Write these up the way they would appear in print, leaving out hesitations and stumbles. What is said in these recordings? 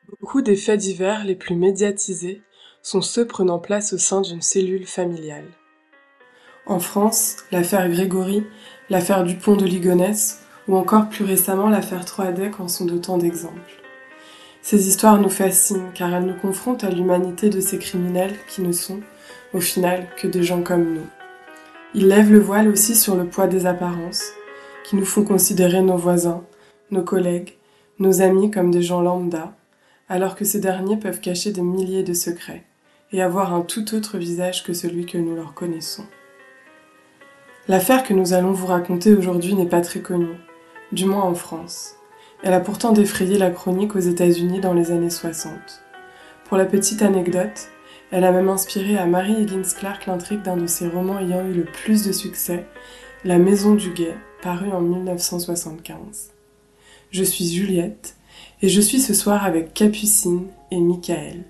Beaucoup des faits divers les plus médiatisés sont ceux prenant place au sein d'une cellule familiale. En France, l'affaire Grégory, l'affaire Dupont de Ligonnès ou encore plus récemment l'affaire Troadec en sont d'autant d'exemples. Ces histoires nous fascinent car elles nous confrontent à l'humanité de ces criminels qui ne sont, au final, que des gens comme nous. Ils lèvent le voile aussi sur le poids des apparences, qui nous font considérer nos voisins, nos collègues, nos amis comme des gens lambda, alors que ces derniers peuvent cacher des milliers de secrets et avoir un tout autre visage que celui que nous leur connaissons. L'affaire que nous allons vous raconter aujourd'hui n'est pas très connue, du moins en France. Elle a pourtant défrayé la chronique aux États-Unis dans les années 60. Pour la petite anecdote, elle a même inspiré à Mary Higgins Clark l'intrigue d'un de ses romans ayant eu le plus de succès, La Maison du Guet, paru en 1975. Je suis Juliette, et je suis ce soir avec Capucine et Michael.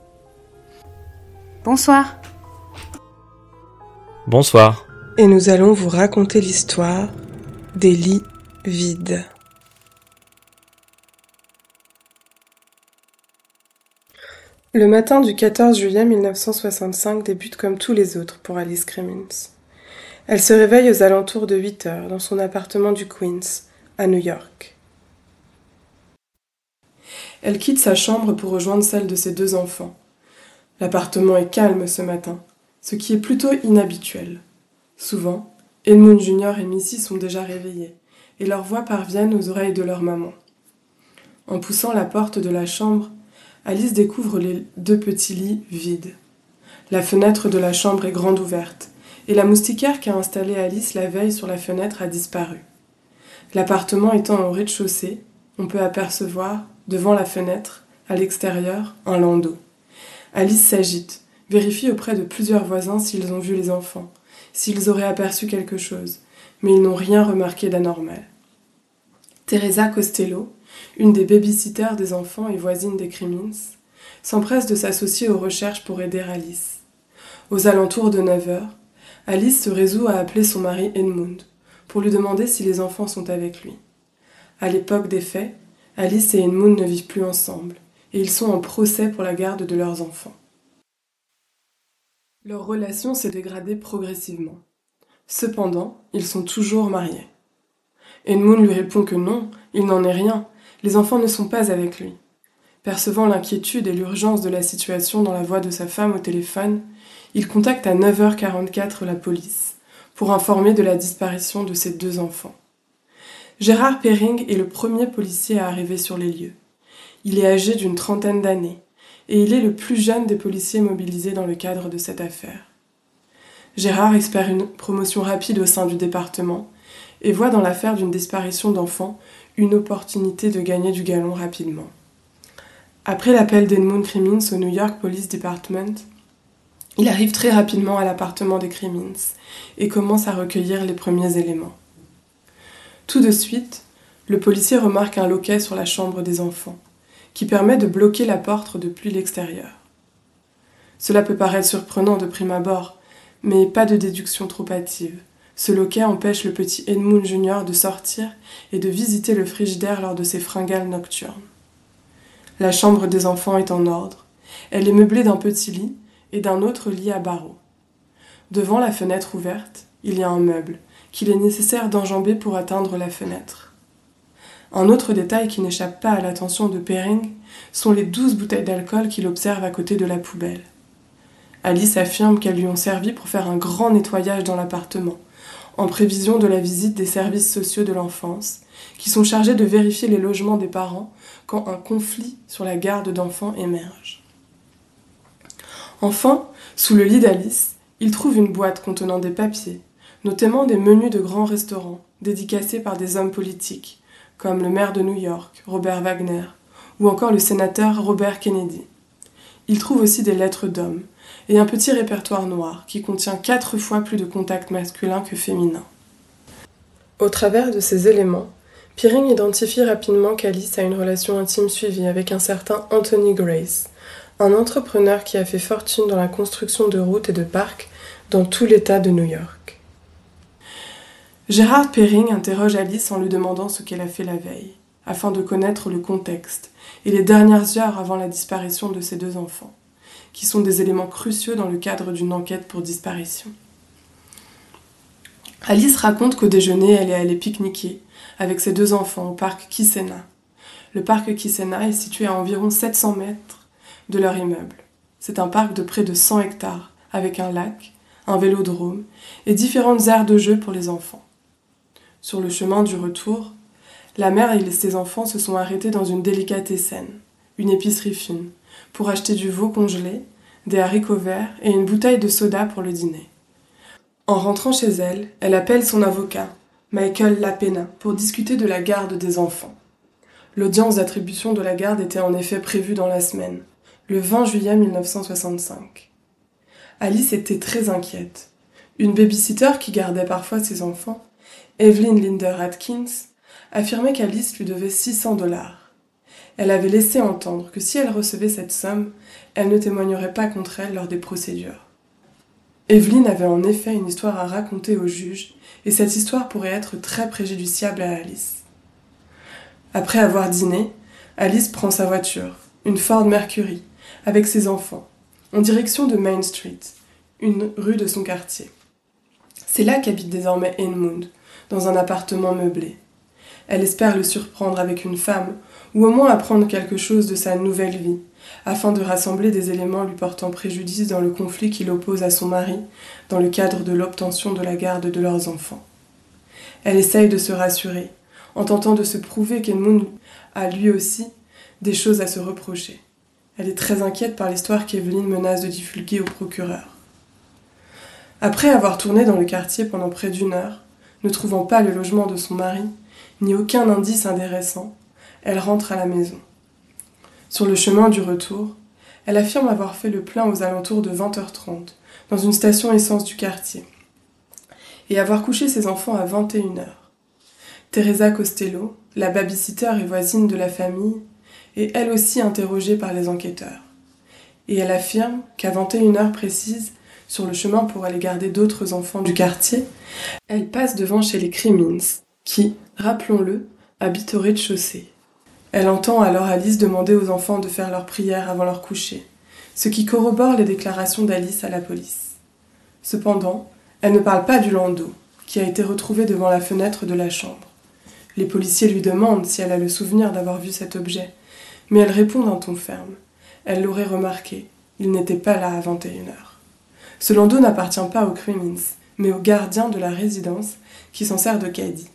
Bonsoir. Bonsoir. Et nous allons vous raconter l'histoire des lits vides. Le matin du 14 juillet 1965 débute comme tous les autres pour Alice Crimmins. Elle se réveille aux alentours de 8 heures dans son appartement du Queens, à New York. Elle quitte sa chambre pour rejoindre celle de ses 2 enfants. L'appartement est calme ce matin, ce qui est plutôt inhabituel. Souvent, Edmund Jr. et Missy sont déjà réveillés, et leurs voix parviennent aux oreilles de leur maman. En poussant la porte de la chambre, Alice découvre les 2 petits lits vides. La fenêtre de la chambre est grande ouverte, et la moustiquaire qu'a installée Alice la veille sur la fenêtre a disparu. L'appartement étant au rez-de-chaussée, on peut apercevoir, devant la fenêtre, à l'extérieur, un landau. Alice s'agite, vérifie auprès de plusieurs voisins s'ils ont vu les enfants, s'ils auraient aperçu quelque chose, mais ils n'ont rien remarqué d'anormal. Teresa Costello, une des baby-sitters des enfants et voisine des Crimmins, s'empresse de s'associer aux recherches pour aider Alice. Aux alentours de 9 heures, Alice se résout à appeler son mari Edmund pour lui demander si les enfants sont avec lui. À l'époque des faits, Alice et Edmund ne vivent plus ensemble et ils sont en procès pour la garde de leurs enfants. Leur relation s'est dégradée progressivement. Cependant, ils sont toujours mariés. Edmund lui répond que non, il n'en est rien, les enfants ne sont pas avec lui. Percevant l'inquiétude et l'urgence de la situation dans la voix de sa femme au téléphone, il contacte à 9h44 la police pour informer de la disparition de ses 2 enfants. Gérard Perring est le premier policier à arriver sur les lieux. Il est âgé d'une 30aine d'années et il est le plus jeune des policiers mobilisés dans le cadre de cette affaire. Gérard espère une promotion rapide au sein du département et voit dans l'affaire d'une disparition d'enfants une opportunité de gagner du galon rapidement. Après l'appel d'Edmund Crimmins au New York Police Department, il arrive très rapidement à l'appartement des Crimmins et commence à recueillir les premiers éléments. Tout de suite, le policier remarque un loquet sur la chambre des enfants, qui permet de bloquer la porte depuis l'extérieur. Cela peut paraître surprenant de prime abord, mais pas de déduction trop hâtive. Ce loquet empêche le petit Edmund Jr. de sortir et de visiter le frigidaire lors de ses fringales nocturnes. La chambre des enfants est en ordre. Elle est meublée d'un petit lit et d'un autre lit à barreaux. Devant la fenêtre ouverte, il y a un meuble qu'il est nécessaire d'enjamber pour atteindre la fenêtre. Un autre détail qui n'échappe pas à l'attention de Perring sont les 12 bouteilles d'alcool qu'il observe à côté de la poubelle. Alice affirme qu'elles lui ont servi pour faire un grand nettoyage dans l'appartement, en prévision de la visite des services sociaux de l'enfance, qui sont chargés de vérifier les logements des parents quand un conflit sur la garde d'enfants émerge. Enfin, sous le lit d'Alice, il trouve une boîte contenant des papiers, notamment des menus de grands restaurants, dédicacés par des hommes politiques, comme le maire de New York, Robert Wagner, ou encore le sénateur Robert Kennedy. Il trouve aussi des lettres d'hommes, et un petit répertoire noir qui contient 4 fois plus de contacts masculins que féminins. Au travers de ces éléments, Perring identifie rapidement qu'Alice a une relation intime suivie avec un certain Anthony Grace, un entrepreneur qui a fait fortune dans la construction de routes et de parcs dans tout l'État de New York. Gérard Perring interroge Alice en lui demandant ce qu'elle a fait la veille, afin de connaître le contexte et les dernières heures avant la disparition de ses 2 enfants, qui sont des éléments cruciaux dans le cadre d'une enquête pour disparition. Alice raconte qu'au déjeuner, elle est allée pique-niquer avec ses 2 enfants au parc Kissena. Le parc Kissena est situé à environ 700 mètres de leur immeuble. C'est un parc de près de 100 hectares, avec un lac, un vélodrome et différentes aires de jeu pour les enfants. Sur le chemin du retour, la mère et ses enfants se sont arrêtés dans une délicatessen, une épicerie fine, pour acheter du veau congelé, des haricots verts et une bouteille de soda pour le dîner. En rentrant chez elle, elle appelle son avocat, Michael Lapena, pour discuter de la garde des enfants. L'audience d'attribution de la garde était en effet prévue dans la semaine, le 20 juillet 1965. Alice était très inquiète. Une babysitter qui gardait parfois ses enfants, Evelyn Linder Atkins, affirmait qu'Alice lui devait $600. Elle avait laissé entendre que si elle recevait cette somme, elle ne témoignerait pas contre elle lors des procédures. Evelyn avait en effet une histoire à raconter au juge, et cette histoire pourrait être très préjudiciable à Alice. Après avoir dîné, Alice prend sa voiture, une Ford Mercury, avec ses enfants, en direction de Main Street, une rue de son quartier. C'est là qu'habite désormais Edmund, dans un appartement meublé. Elle espère le surprendre avec une femme, ou au moins apprendre quelque chose de sa nouvelle vie, afin de rassembler des éléments lui portant préjudice dans le conflit qui l'oppose à son mari, dans le cadre de l'obtention de la garde de leurs enfants. Elle essaye de se rassurer, en tentant de se prouver qu'Edmund a lui aussi des choses à se reprocher. Elle est très inquiète par l'histoire qu'Evelyn menace de divulguer au procureur. Après avoir tourné dans le quartier pendant près d'1 heure, ne trouvant pas le logement de son mari, ni aucun indice intéressant, elle rentre à la maison. Sur le chemin du retour, elle affirme avoir fait le plein aux alentours de 20h30 dans une station essence du quartier et avoir couché ses enfants à 21h. Teresa Costello, la babysitter et voisine de la famille, est elle aussi interrogée par les enquêteurs. Et elle affirme qu'à 21h précise, sur le chemin pour aller garder d'autres enfants du quartier, elle passe devant chez les Crimmins, qui, rappelons-le, habitent au rez-de-chaussée. Elle entend alors Alice demander aux enfants de faire leur prière avant leur coucher, ce qui corrobore les déclarations d'Alice à la police. Cependant, elle ne parle pas du landau, qui a été retrouvé devant la fenêtre de la chambre. Les policiers lui demandent si elle a le souvenir d'avoir vu cet objet, mais elle répond d'un ton ferme. Elle l'aurait remarqué, il n'était pas là à 21h. Ce landau n'appartient pas aux Crimmins, mais au gardien de la résidence qui s'en sert de caddie.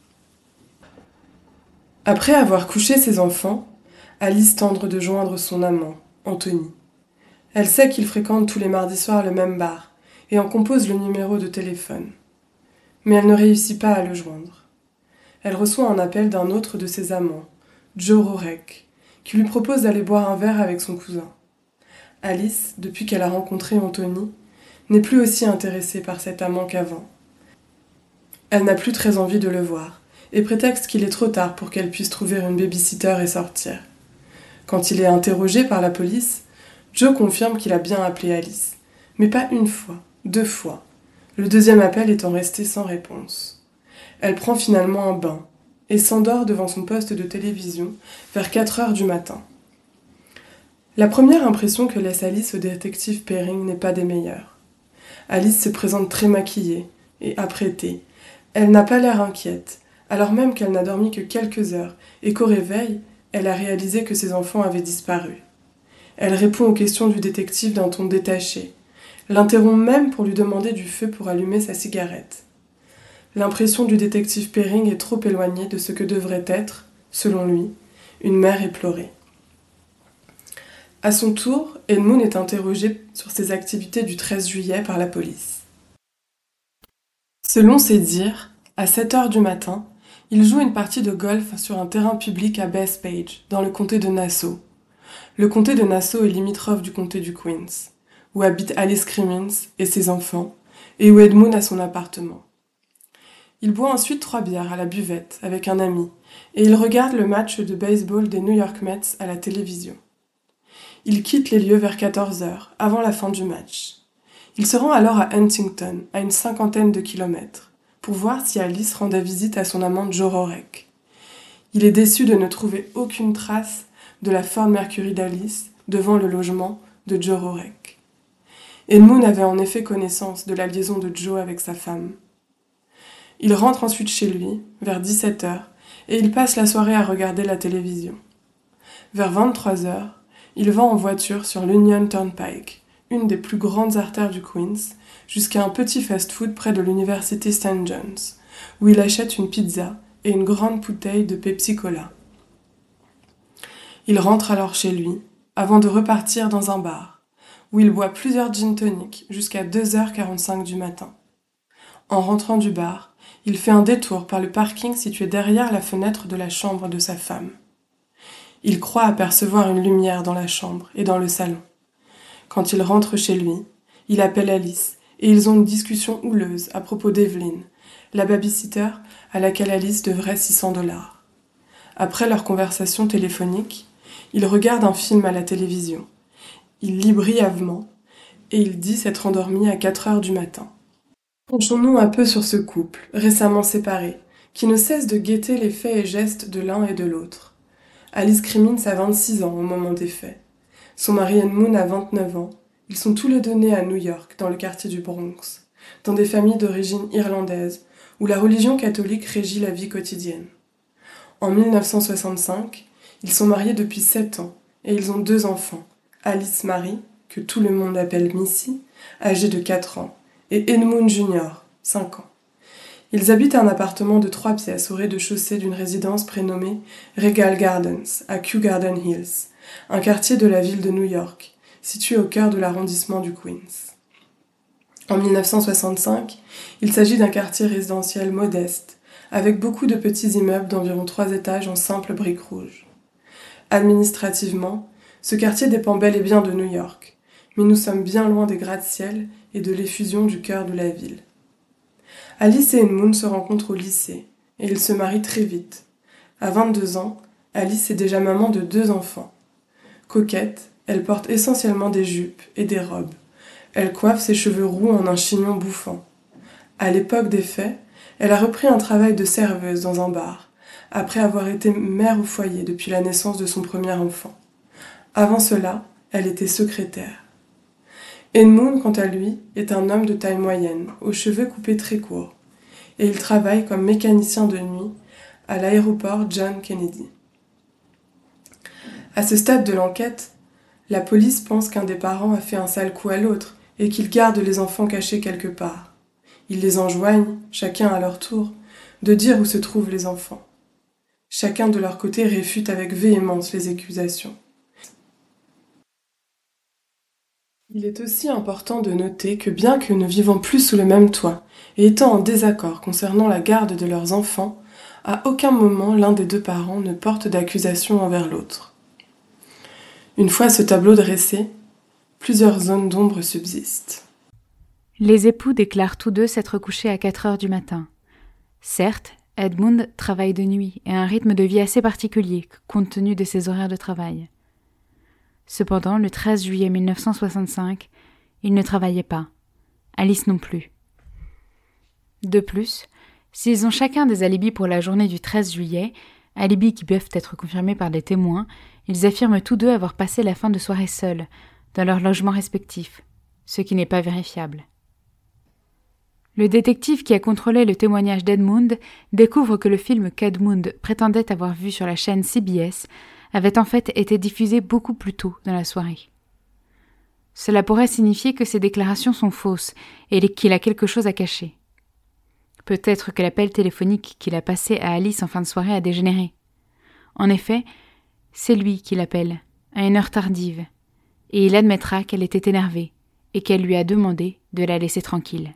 Après avoir couché ses enfants, Alice tente de joindre son amant, Anthony. Elle sait qu'il fréquente tous les mardis soirs le même bar et en compose le numéro de téléphone. Mais elle ne réussit pas à le joindre. Elle reçoit un appel d'un autre de ses amants, Joe Rorek, qui lui propose d'aller boire un verre avec son cousin. Alice, depuis qu'elle a rencontré Anthony, n'est plus aussi intéressée par cet amant qu'avant. Elle n'a plus très envie de le voir, et prétexte qu'il est trop tard pour qu'elle puisse trouver une babysitter et sortir. Quand il est interrogé par la police, Joe confirme qu'il a bien appelé Alice, mais pas 1 fois, 2 fois, le 2e appel étant resté sans réponse. Elle prend finalement un bain et s'endort devant son poste de télévision vers 4h du matin. La première impression que laisse Alice au détective Perring n'est pas des meilleures. Alice se présente très maquillée et apprêtée. Elle n'a pas l'air inquiète, alors même qu'elle n'a dormi que quelques heures et qu'au réveil, elle a réalisé que ses enfants avaient disparu. Elle répond aux questions du détective d'un ton détaché, l'interrompt même pour lui demander du feu pour allumer sa cigarette. L'impression du détective Perring est trop éloignée de ce que devrait être, selon lui, une mère éplorée. À son tour, Edmund est interrogé sur ses activités du 13 juillet par la police. Selon ses dires, à 7h du matin, il joue une partie de golf sur un terrain public à Bethpage, dans le comté de Nassau. Le comté de Nassau est limitrophe du comté du Queens, où habite Alice Crimmins et ses enfants, et où Edmund a son appartement. Il boit ensuite 3 bières à la buvette avec un ami, et il regarde le match de baseball des New York Mets à la télévision. Il quitte les lieux vers 14h, avant la fin du match. Il se rend alors à Huntington, à une 50aine de kilomètres, pour voir si Alice rendait visite à son amant Joe Rorek. Il est déçu de ne trouver aucune trace de la Ford Mercury d'Alice devant le logement de Joe Rorek. Edmund avait en effet connaissance de la liaison de Joe avec sa femme. Il rentre ensuite chez lui, vers 17h, et il passe la soirée à regarder la télévision. Vers 23h, il va en voiture sur l'Union Turnpike, une des plus grandes artères du Queens, jusqu'à un petit fast-food près de l'université St. John's, où il achète une pizza et une grande bouteille de Pepsi-Cola. Il rentre alors chez lui, avant de repartir dans un bar, où il boit plusieurs gin tonic jusqu'à 2h45 du matin. En rentrant du bar, il fait un détour par le parking situé derrière la fenêtre de la chambre de sa femme. Il croit apercevoir une lumière dans la chambre et dans le salon. Quand il rentre chez lui, il appelle Alice et ils ont une discussion houleuse à propos d'Evelyn, la babysitter à laquelle Alice devrait $600. Après leur conversation téléphonique, il regarde un film à la télévision. Il lit brièvement et il dit s'être endormi à 4h du matin. Penchons-nous un peu sur ce couple, récemment séparé, qui ne cesse de guetter les faits et gestes de l'un et de l'autre. Alice Crimmins a 26 ans au moment des faits. Son mari Edmund a 29 ans. Ils sont tous les deux nés à New York, dans le quartier du Bronx, dans des familles d'origine irlandaise, où la religion catholique régit la vie quotidienne. En 1965, ils sont mariés depuis 7 ans, et ils ont 2 enfants, Alice Marie, que tout le monde appelle Missy, âgée de 4 ans, et Edmund Jr., 5 ans. Ils habitent un appartement de 3 pièces au rez-de-chaussée d'une résidence prénommée Regal Gardens, à Kew Garden Hills, un quartier de la ville de New York, situé au cœur de l'arrondissement du Queens. En 1965, il s'agit d'un quartier résidentiel modeste, avec beaucoup de petits immeubles d'environ 3 étages en simple briques rouges. Administrativement, ce quartier dépend bel et bien de New York, mais nous sommes bien loin des gratte-ciel et de l'effusion du cœur de la ville. Alice et Edmund se rencontrent au lycée, et ils se marient très vite. À 22 ans, Alice est déjà maman de 2 enfants. Coquette, elle porte essentiellement des jupes et des robes. Elle coiffe ses cheveux roux en un chignon bouffant. À l'époque des faits, elle a repris un travail de serveuse dans un bar, après avoir été mère au foyer depuis la naissance de son premier enfant. Avant cela, elle était secrétaire. Edmund, quant à lui, est un homme de taille moyenne, aux cheveux coupés très courts, et il travaille comme mécanicien de nuit à l'aéroport John Kennedy. À ce stade de l'enquête, la police pense qu'un des parents a fait un sale coup à l'autre et qu'il garde les enfants cachés quelque part. Ils les enjoignent, chacun à leur tour, de dire où se trouvent les enfants. Chacun de leur côté réfute avec véhémence les accusations. Il est aussi important de noter que bien que ne vivant plus sous le même toit et étant en désaccord concernant la garde de leurs enfants, à aucun moment l'un des 2 parents ne porte d'accusation envers l'autre. Une fois ce tableau dressé, plusieurs zones d'ombre subsistent. Les époux déclarent tous 2 s'être couchés à 4h du matin. Certes, Edmund travaille de nuit et a un rythme de vie assez particulier compte tenu de ses horaires de travail. Cependant, le 13 juillet 1965, il ne travaillait pas. Alice non plus. De plus, s'ils ont chacun des alibis pour la journée du 13 juillet, alibis qui peuvent être confirmés par des témoins, ils affirment tous 2 avoir passé la fin de soirée seuls, dans leurs logements respectifs, ce qui n'est pas vérifiable. Le détective qui a contrôlé le témoignage d'Edmund découvre que le film qu'Edmund prétendait avoir vu sur la chaîne CBS avait en fait été diffusé beaucoup plus tôt dans la soirée. Cela pourrait signifier que ces déclarations sont fausses et qu'il a quelque chose à cacher. Peut-être que l'appel téléphonique qu'il a passé à Alice en fin de soirée a dégénéré. En effet, c'est lui qui l'appelle, à une heure tardive, et il admettra qu'elle était énervée et qu'elle lui a demandé de la laisser tranquille.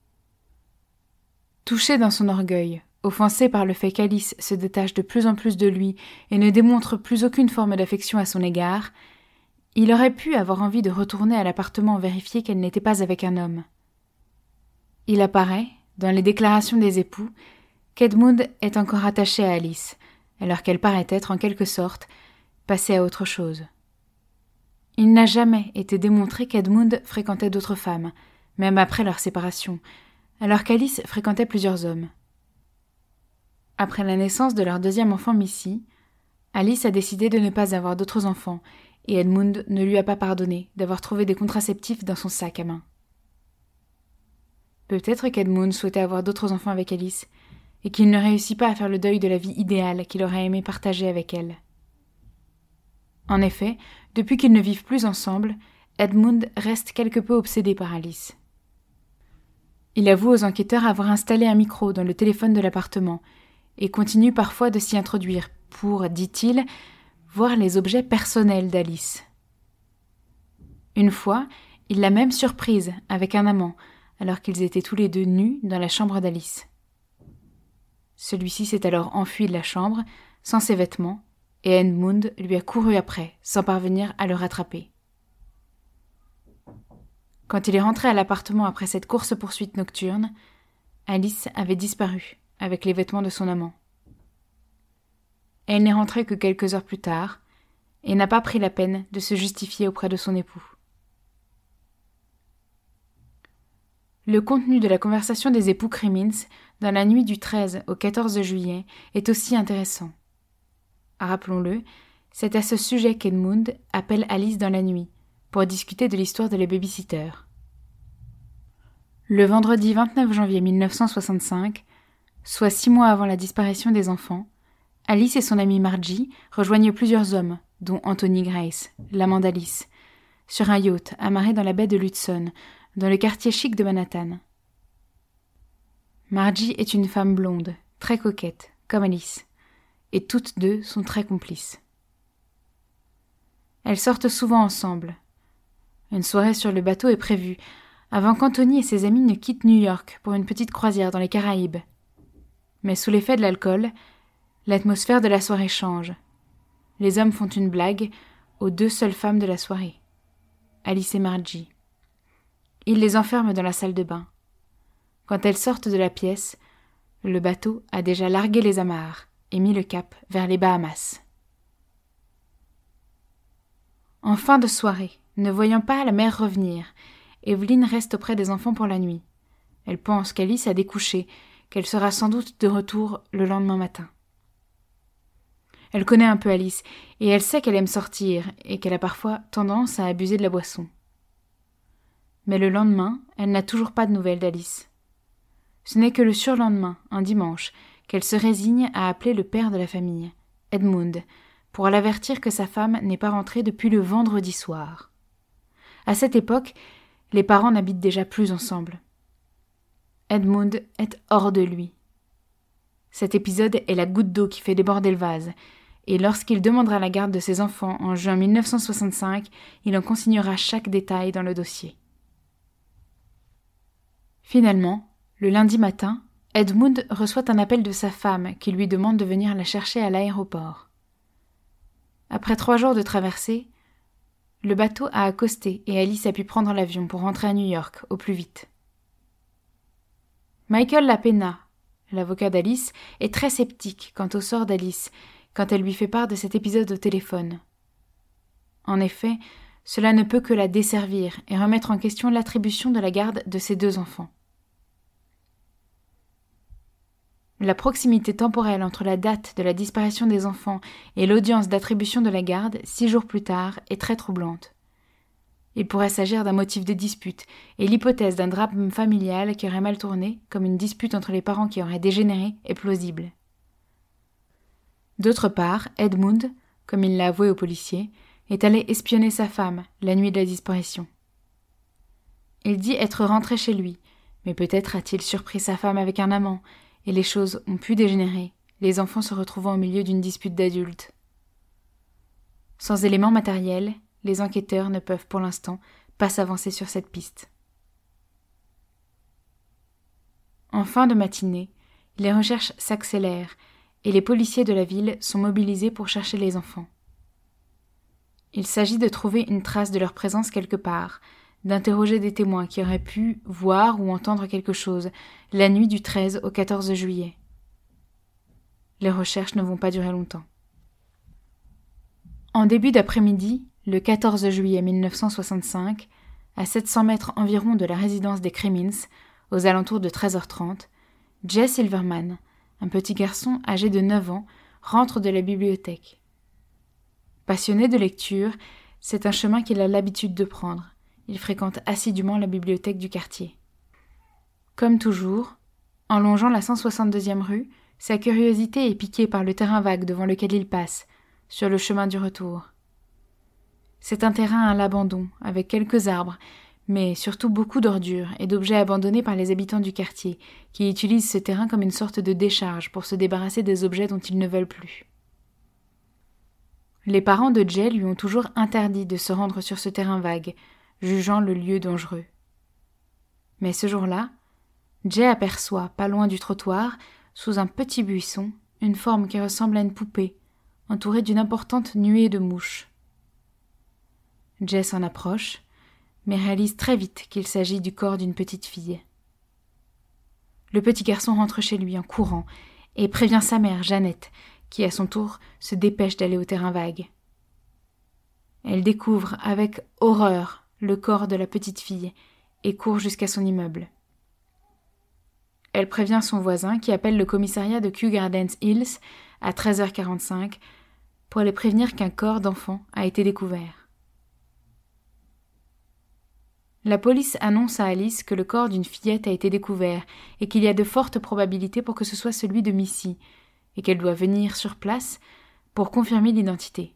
Touché dans son orgueil, offensé par le fait qu'Alice se détache de plus en plus de lui et ne démontre plus aucune forme d'affection à son égard, il aurait pu avoir envie de retourner à l'appartement vérifier qu'elle n'était pas avec un homme. Il apparaît, dans les déclarations des époux, qu'Edmund est encore attaché à Alice, alors qu'elle paraît être, en quelque sorte, passée à autre chose. Il n'a jamais été démontré qu'Edmund fréquentait d'autres femmes, même après leur séparation, alors qu'Alice fréquentait plusieurs hommes. Après la naissance de leur deuxième enfant Missy, Alice a décidé de ne pas avoir d'autres enfants et Edmund ne lui a pas pardonné d'avoir trouvé des contraceptifs dans son sac à main. Peut-être qu'Edmund souhaitait avoir d'autres enfants avec Alice et qu'il ne réussit pas à faire le deuil de la vie idéale qu'il aurait aimé partager avec elle. En effet, depuis qu'ils ne vivent plus ensemble, Edmund reste quelque peu obsédé par Alice. Il avoue aux enquêteurs avoir installé un micro dans le téléphone de l'appartement et continue parfois de s'y introduire pour, dit-il, voir les objets personnels d'Alice. Une fois, il l'a même surprise avec un amant, alors qu'ils étaient tous les deux nus dans la chambre d'Alice. Celui-ci s'est alors enfui de la chambre, sans ses vêtements, et Edmund lui a couru après, sans parvenir à le rattraper. Quand il est rentré à l'appartement après cette course-poursuite nocturne, Alice avait disparu, avec les vêtements de son amant. Elle n'est rentrée que quelques heures plus tard, et n'a pas pris la peine de se justifier auprès de son époux. Le contenu de la conversation des époux Crimmins dans la nuit du 13 au 14 juillet est aussi intéressant. Rappelons-le, c'est à ce sujet qu'Edmund appelle Alice dans la nuit, pour discuter de l'histoire de la baby-sitter. Le vendredi 29 janvier 1965, soit 6 mois avant la disparition des enfants, Alice et son amie Margie rejoignent plusieurs hommes, dont Anthony Grace, l'amant d'Alice, sur un yacht amarré dans la baie de l'Hudson, dans le quartier chic de Manhattan. Margie est une femme blonde, très coquette, comme Alice, et toutes deux sont très complices. Elles sortent souvent ensemble. Une soirée sur le bateau est prévue, avant qu'Anthony et ses amis ne quittent New York pour une petite croisière dans les Caraïbes. Mais sous l'effet de l'alcool, l'atmosphère de la soirée change. Les hommes font une blague aux deux seules femmes de la soirée, Alice et Margie. Ils les enferment dans la salle de bain. Quand elles sortent de la pièce, le bateau a déjà largué les amarres et mis le cap vers les Bahamas. En fin de soirée, ne voyant pas la mère revenir, Evelyn reste auprès des enfants pour la nuit. Elle pense qu'Alice a découché, qu'elle sera sans doute de retour le lendemain matin. Elle connaît un peu Alice, et elle sait qu'elle aime sortir, et qu'elle a parfois tendance à abuser de la boisson. Mais le lendemain, elle n'a toujours pas de nouvelles d'Alice. Ce n'est que le surlendemain, un dimanche, qu'elle se résigne à appeler le père de la famille, Edmund, pour l'avertir que sa femme n'est pas rentrée depuis le vendredi soir. À cette époque, les parents n'habitent déjà plus ensemble. Edmund est hors de lui. Cet épisode est la goutte d'eau qui fait déborder le vase, et lorsqu'il demandera la garde de ses enfants en juin 1965, il en consignera chaque détail dans le dossier. Finalement, le lundi matin, Edmund reçoit un appel de sa femme qui lui demande de venir la chercher à l'aéroport. Après 3 jours de traversée, le bateau a accosté et Alice a pu prendre l'avion pour rentrer à New York au plus vite. Michael LaPena, l'avocat d'Alice, est très sceptique quant au sort d'Alice quand elle lui fait part de cet épisode au téléphone. En effet, cela ne peut que la desservir et remettre en question l'attribution de la garde de ses 2 enfants. La proximité temporelle entre la date de la disparition des enfants et l'audience d'attribution de la garde, 6 jours plus tard, est très troublante. Il pourrait s'agir d'un motif de dispute, et l'hypothèse d'un drame familial qui aurait mal tourné, comme une dispute entre les parents qui aurait dégénéré, est plausible. D'autre part, Edmund, comme il l'a avoué aux policiers, est allé espionner sa femme la nuit de la disparition. Il dit être rentré chez lui, mais peut-être a-t-il surpris sa femme avec un amant, et les choses ont pu dégénérer, les enfants se retrouvant au milieu d'une dispute d'adultes. Sans éléments matériels, les enquêteurs ne peuvent pour l'instant pas s'avancer sur cette piste. En fin de matinée, les recherches s'accélèrent et les policiers de la ville sont mobilisés pour chercher les enfants. Il s'agit de trouver une trace de leur présence quelque part, d'interroger des témoins qui auraient pu voir ou entendre quelque chose la nuit du 13 au 14 juillet. Les recherches ne vont pas durer longtemps. En début d'après-midi, le 14 juillet 1965, à 700 mètres environ de la résidence des Crimmins, aux alentours de 13h30, Jay Silverman, un petit garçon âgé de 9 ans, rentre de la bibliothèque. Passionné de lecture, c'est un chemin qu'il a l'habitude de prendre. Il fréquente assidûment la bibliothèque du quartier. Comme toujours, en longeant la 162e rue, sa curiosité est piquée par le terrain vague devant lequel il passe, sur le chemin du retour. C'est un terrain à l'abandon, avec quelques arbres, mais surtout beaucoup d'ordures et d'objets abandonnés par les habitants du quartier, qui utilisent ce terrain comme une sorte de décharge pour se débarrasser des objets dont ils ne veulent plus. Les parents de Jay lui ont toujours interdit de se rendre sur ce terrain vague, jugeant le lieu dangereux. Mais ce jour-là, Jay aperçoit, pas loin du trottoir, sous un petit buisson, une forme qui ressemble à une poupée, entourée d'une importante nuée de mouches. Jay s'en approche, mais réalise très vite qu'il s'agit du corps d'une petite fille. Le petit garçon rentre chez lui en courant et prévient sa mère, Jeannette, qui à son tour se dépêche d'aller au terrain vague. Elle découvre avec horreur le corps de la petite fille et court jusqu'à son immeuble. Elle prévient son voisin qui appelle le commissariat de Kew Gardens Hills à 13h45 pour les prévenir qu'un corps d'enfant a été découvert. La police annonce à Alice que le corps d'une fillette a été découvert et qu'il y a de fortes probabilités pour que ce soit celui de Missy et qu'elle doit venir sur place pour confirmer l'identité.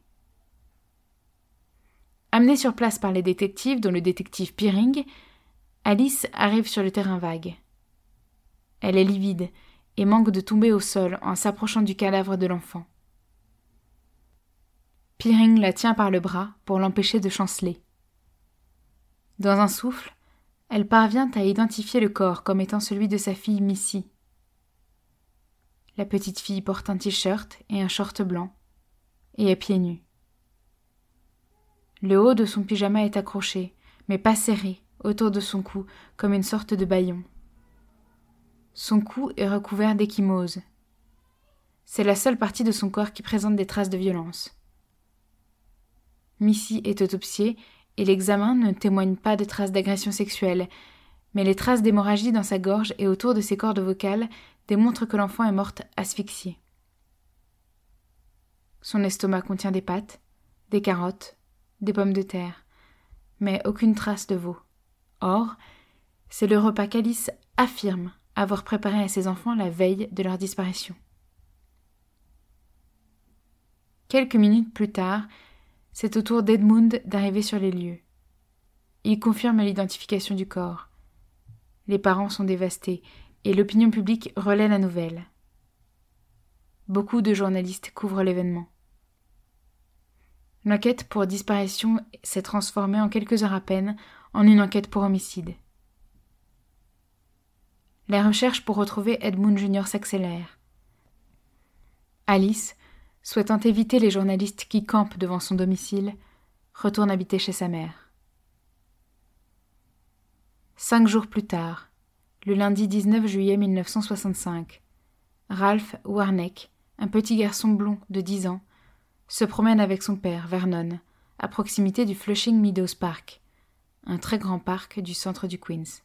Amenée sur place par les détectives, dont le détective Peering, Alice arrive sur le terrain vague. Elle est livide et manque de tomber au sol en s'approchant du cadavre de l'enfant. Peering la tient par le bras pour l'empêcher de chanceler. Dans un souffle, elle parvient à identifier le corps comme étant celui de sa fille Missy. La petite fille porte un t-shirt et un short blanc et est pieds nus. Le haut de son pyjama est accroché, mais pas serré, autour de son cou, comme une sorte de bâillon. Son cou est recouvert d'ecchymoses. C'est la seule partie de son corps qui présente des traces de violence. Missy est autopsiée et l'examen ne témoigne pas de traces d'agression sexuelle, mais les traces d'hémorragie dans sa gorge et autour de ses cordes vocales démontrent que l'enfant est morte asphyxiée. Son estomac contient des pâtes, des carottes, des pommes de terre, mais aucune trace de veau. Or, c'est le repas qu'Alice affirme avoir préparé à ses enfants la veille de leur disparition. Quelques minutes plus tard, c'est au tour d'Edmund d'arriver sur les lieux. Il confirme l'identification du corps. Les parents sont dévastés et l'opinion publique relaie la nouvelle. Beaucoup de journalistes couvrent l'événement. L'enquête pour disparition s'est transformée en quelques heures à peine en une enquête pour homicide. La recherche pour retrouver Edmund Jr. s'accélère. Alice, souhaitant éviter les journalistes qui campent devant son domicile, retourne habiter chez sa mère. 5 jours plus tard, le lundi 19 juillet 1965, Ralph Warneck, un petit garçon blond de 10 ans, se promène avec son père, Vernon, à proximité du Flushing Meadows Park, un très grand parc du centre du Queens.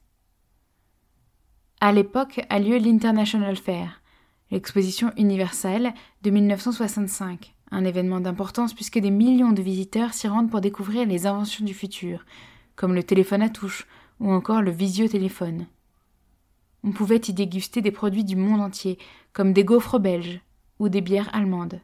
À l'époque a lieu l'International Fair, l'exposition universelle de 1965, un événement d'importance puisque des millions de visiteurs s'y rendent pour découvrir les inventions du futur, comme le téléphone à touche ou encore le visiotéléphone. On pouvait y déguster des produits du monde entier, comme des gaufres belges ou des bières allemandes.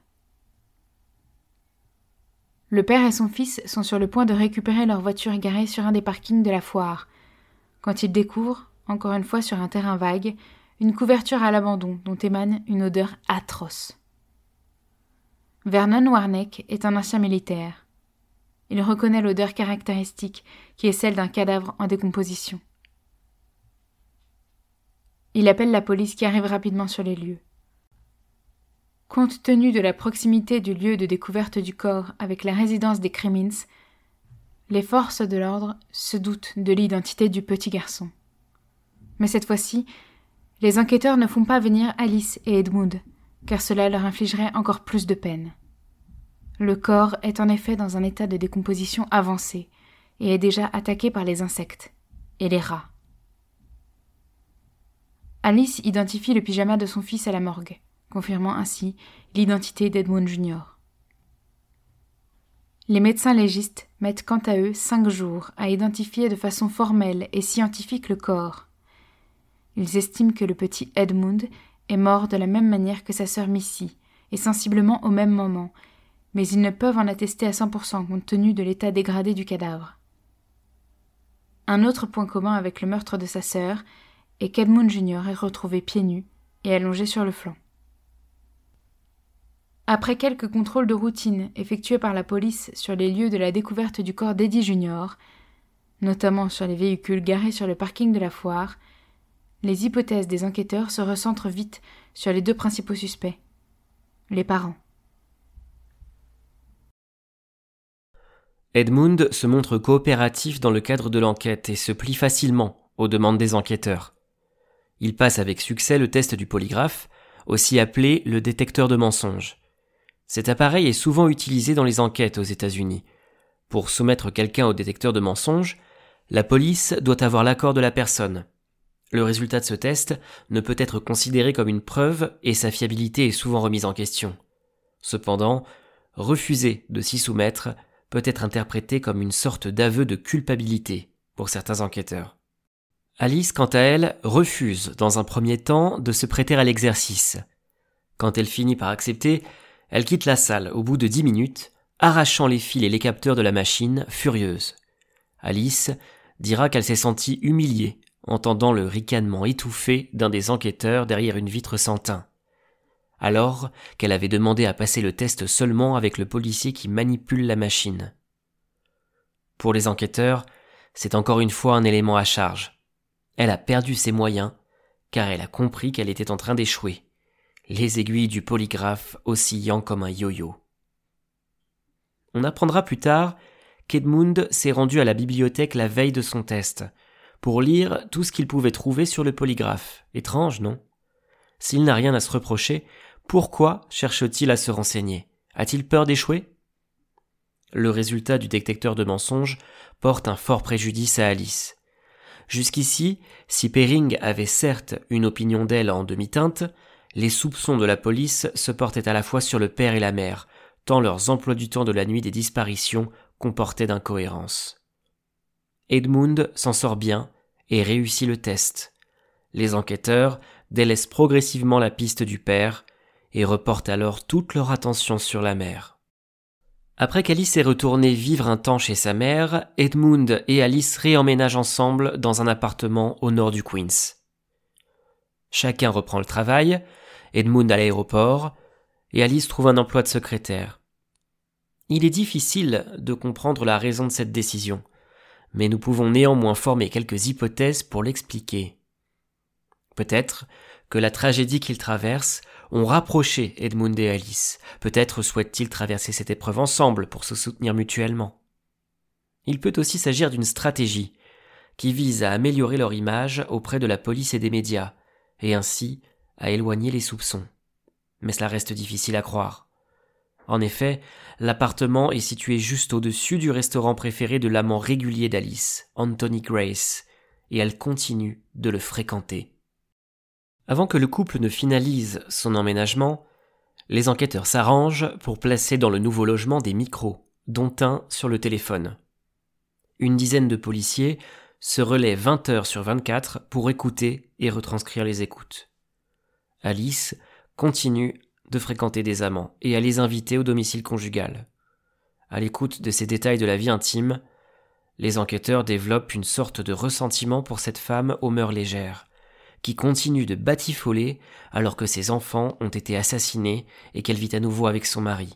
Le père et son fils sont sur le point de récupérer leur voiture garée sur un des parkings de la foire, quand ils découvrent, encore une fois sur un terrain vague, une couverture à l'abandon dont émane une odeur atroce. Vernon Warneck est un ancien militaire. Il reconnaît l'odeur caractéristique qui est celle d'un cadavre en décomposition. Il appelle la police qui arrive rapidement sur les lieux. Compte tenu de la proximité du lieu de découverte du corps avec la résidence des Crimmins, les forces de l'ordre se doutent de l'identité du petit garçon. Mais cette fois-ci, les enquêteurs ne font pas venir Alice et Edmund, car cela leur infligerait encore plus de peine. Le corps est en effet dans un état de décomposition avancé et est déjà attaqué par les insectes et les rats. Alice identifie le pyjama de son fils à la morgue, confirmant ainsi l'identité d'Edmund Jr. Les médecins légistes mettent quant à eux 5 jours à identifier de façon formelle et scientifique le corps. Ils estiment que le petit Edmund est mort de la même manière que sa sœur Missy, et sensiblement au même moment, mais ils ne peuvent en attester à 100% compte tenu de l'état dégradé du cadavre. Un autre point commun avec le meurtre de sa sœur est qu'Edmund Jr. est retrouvé pieds nus et allongé sur le flanc. Après quelques contrôles de routine effectués par la police sur les lieux de la découverte du corps d'Eddie Jr., notamment sur les véhicules garés sur le parking de la foire, les hypothèses des enquêteurs se recentrent vite sur les 2 principaux suspects, les parents. Edmund se montre coopératif dans le cadre de l'enquête et se plie facilement aux demandes des enquêteurs. Il passe avec succès le test du polygraphe, aussi appelé le détecteur de mensonges. Cet appareil est souvent utilisé dans les enquêtes aux États-Unis. Pour soumettre quelqu'un au détecteur de mensonges, la police doit avoir l'accord de la personne. Le résultat de ce test ne peut être considéré comme une preuve et sa fiabilité est souvent remise en question. Cependant, refuser de s'y soumettre peut être interprété comme une sorte d'aveu de culpabilité pour certains enquêteurs. Alice, quant à elle, refuse dans un premier temps de se prêter à l'exercice. Quand elle finit par accepter, elle quitte la salle au bout de 10 minutes, arrachant les fils et les capteurs de la machine, furieuse. Alice dira qu'elle s'est sentie humiliée, entendant le ricanement étouffé d'un des enquêteurs derrière une vitre sans teint. Alors qu'elle avait demandé à passer le test seulement avec le policier qui manipule la machine. Pour les enquêteurs, c'est encore une fois un élément à charge. Elle a perdu ses moyens, car elle a compris qu'elle était en train d'échouer, les aiguilles du polygraphe oscillant comme un yo-yo. On apprendra plus tard qu'Edmund s'est rendu à la bibliothèque la veille de son test, pour lire tout ce qu'il pouvait trouver sur le polygraphe. Étrange, non ? S'il n'a rien à se reprocher, pourquoi cherche-t-il à se renseigner ? A-t-il peur d'échouer ? Le résultat du détecteur de mensonges porte un fort préjudice à Alice. Jusqu'ici, si Perring avait certes une opinion d'elle en demi-teinte, les soupçons de la police se portaient à la fois sur le père et la mère, tant leurs emplois du temps de la nuit des disparitions comportaient d'incohérences. Edmund s'en sort bien et réussit le test. Les enquêteurs délaissent progressivement la piste du père et reportent alors toute leur attention sur la mère. Après qu'Alice est retournée vivre un temps chez sa mère, Edmund et Alice réemménagent ensemble dans un appartement au nord du Queens. Chacun reprend le travail, Edmund à l'aéroport, et Alice trouve un emploi de secrétaire. Il est difficile de comprendre la raison de cette décision, mais nous pouvons néanmoins former quelques hypothèses pour l'expliquer. Peut-être que la tragédie qu'ils traversent ont rapproché Edmund et Alice. Peut-être souhaitent-ils traverser cette épreuve ensemble pour se soutenir mutuellement. Il peut aussi s'agir d'une stratégie qui vise à améliorer leur image auprès de la police et des médias, et ainsi à éloigner les soupçons. Mais cela reste difficile à croire. En effet, l'appartement est situé juste au-dessus du restaurant préféré de l'amant régulier d'Alice, Anthony Grace, et elle continue de le fréquenter. Avant que le couple ne finalise son emménagement, les enquêteurs s'arrangent pour placer dans le nouveau logement des micros, dont un sur le téléphone. Une dizaine de policiers se relaient 20 heures sur 24 pour écouter et retranscrire les écoutes. Alice continue de fréquenter des amants et à les inviter au domicile conjugal. À l'écoute de ces détails de la vie intime, les enquêteurs développent une sorte de ressentiment pour cette femme aux mœurs légères, qui continue de batifoler alors que ses enfants ont été assassinés et qu'elle vit à nouveau avec son mari.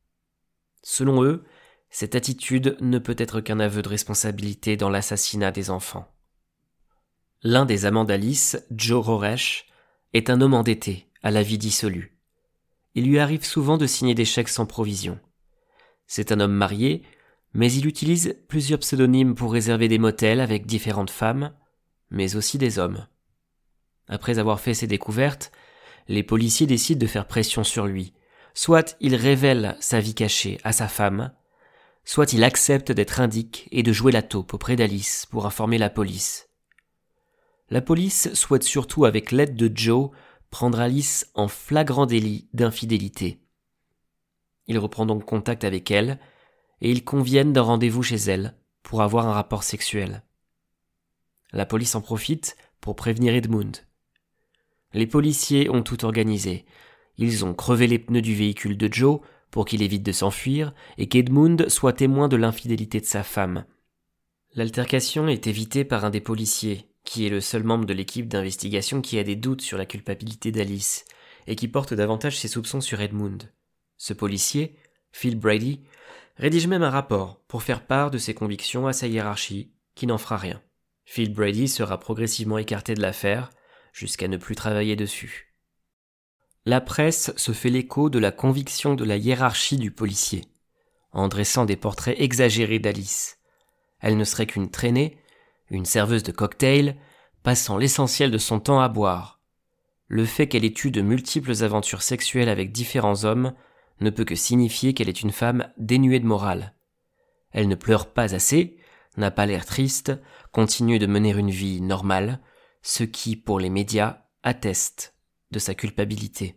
Selon eux, cette attitude ne peut être qu'un aveu de responsabilité dans l'assassinat des enfants. L'un des amants d'Alice, Joe Roresh, est un homme endetté, à la vie dissolue. Il lui arrive souvent de signer des chèques sans provision. C'est un homme marié, mais il utilise plusieurs pseudonymes pour réserver des motels avec différentes femmes, mais aussi des hommes. Après avoir fait ses découvertes, les policiers décident de faire pression sur lui. Soit il révèle sa vie cachée à sa femme, soit il accepte d'être indique et de jouer la taupe auprès d'Alice pour informer la police. La police souhaite surtout, avec l'aide de Joe, prendre Alice en flagrant délit d'infidélité. Il reprend donc contact avec elle et ils conviennent d'un rendez-vous chez elle pour avoir un rapport sexuel. La police en profite pour prévenir Edmund. Les policiers ont tout organisé. Ils ont crevé les pneus du véhicule de Joe pour qu'il évite de s'enfuir et qu'Edmund soit témoin de l'infidélité de sa femme. L'altercation est évitée par un des policiers, qui est le seul membre de l'équipe d'investigation qui a des doutes sur la culpabilité d'Alice et qui porte davantage ses soupçons sur Edmund. Ce policier, Phil Brady, rédige même un rapport pour faire part de ses convictions à sa hiérarchie, qui n'en fera rien. Phil Brady sera progressivement écarté de l'affaire, jusqu'à ne plus travailler dessus. La presse se fait l'écho de la conviction de la hiérarchie du policier, en dressant des portraits exagérés d'Alice. Elle ne serait qu'une traînée, une serveuse de cocktail, passant l'essentiel de son temps à boire. Le fait qu'elle ait eu de multiples aventures sexuelles avec différents hommes ne peut que signifier qu'elle est une femme dénuée de morale. Elle ne pleure pas assez, n'a pas l'air triste, continue de mener une vie normale, ce qui, pour les médias, atteste de sa culpabilité.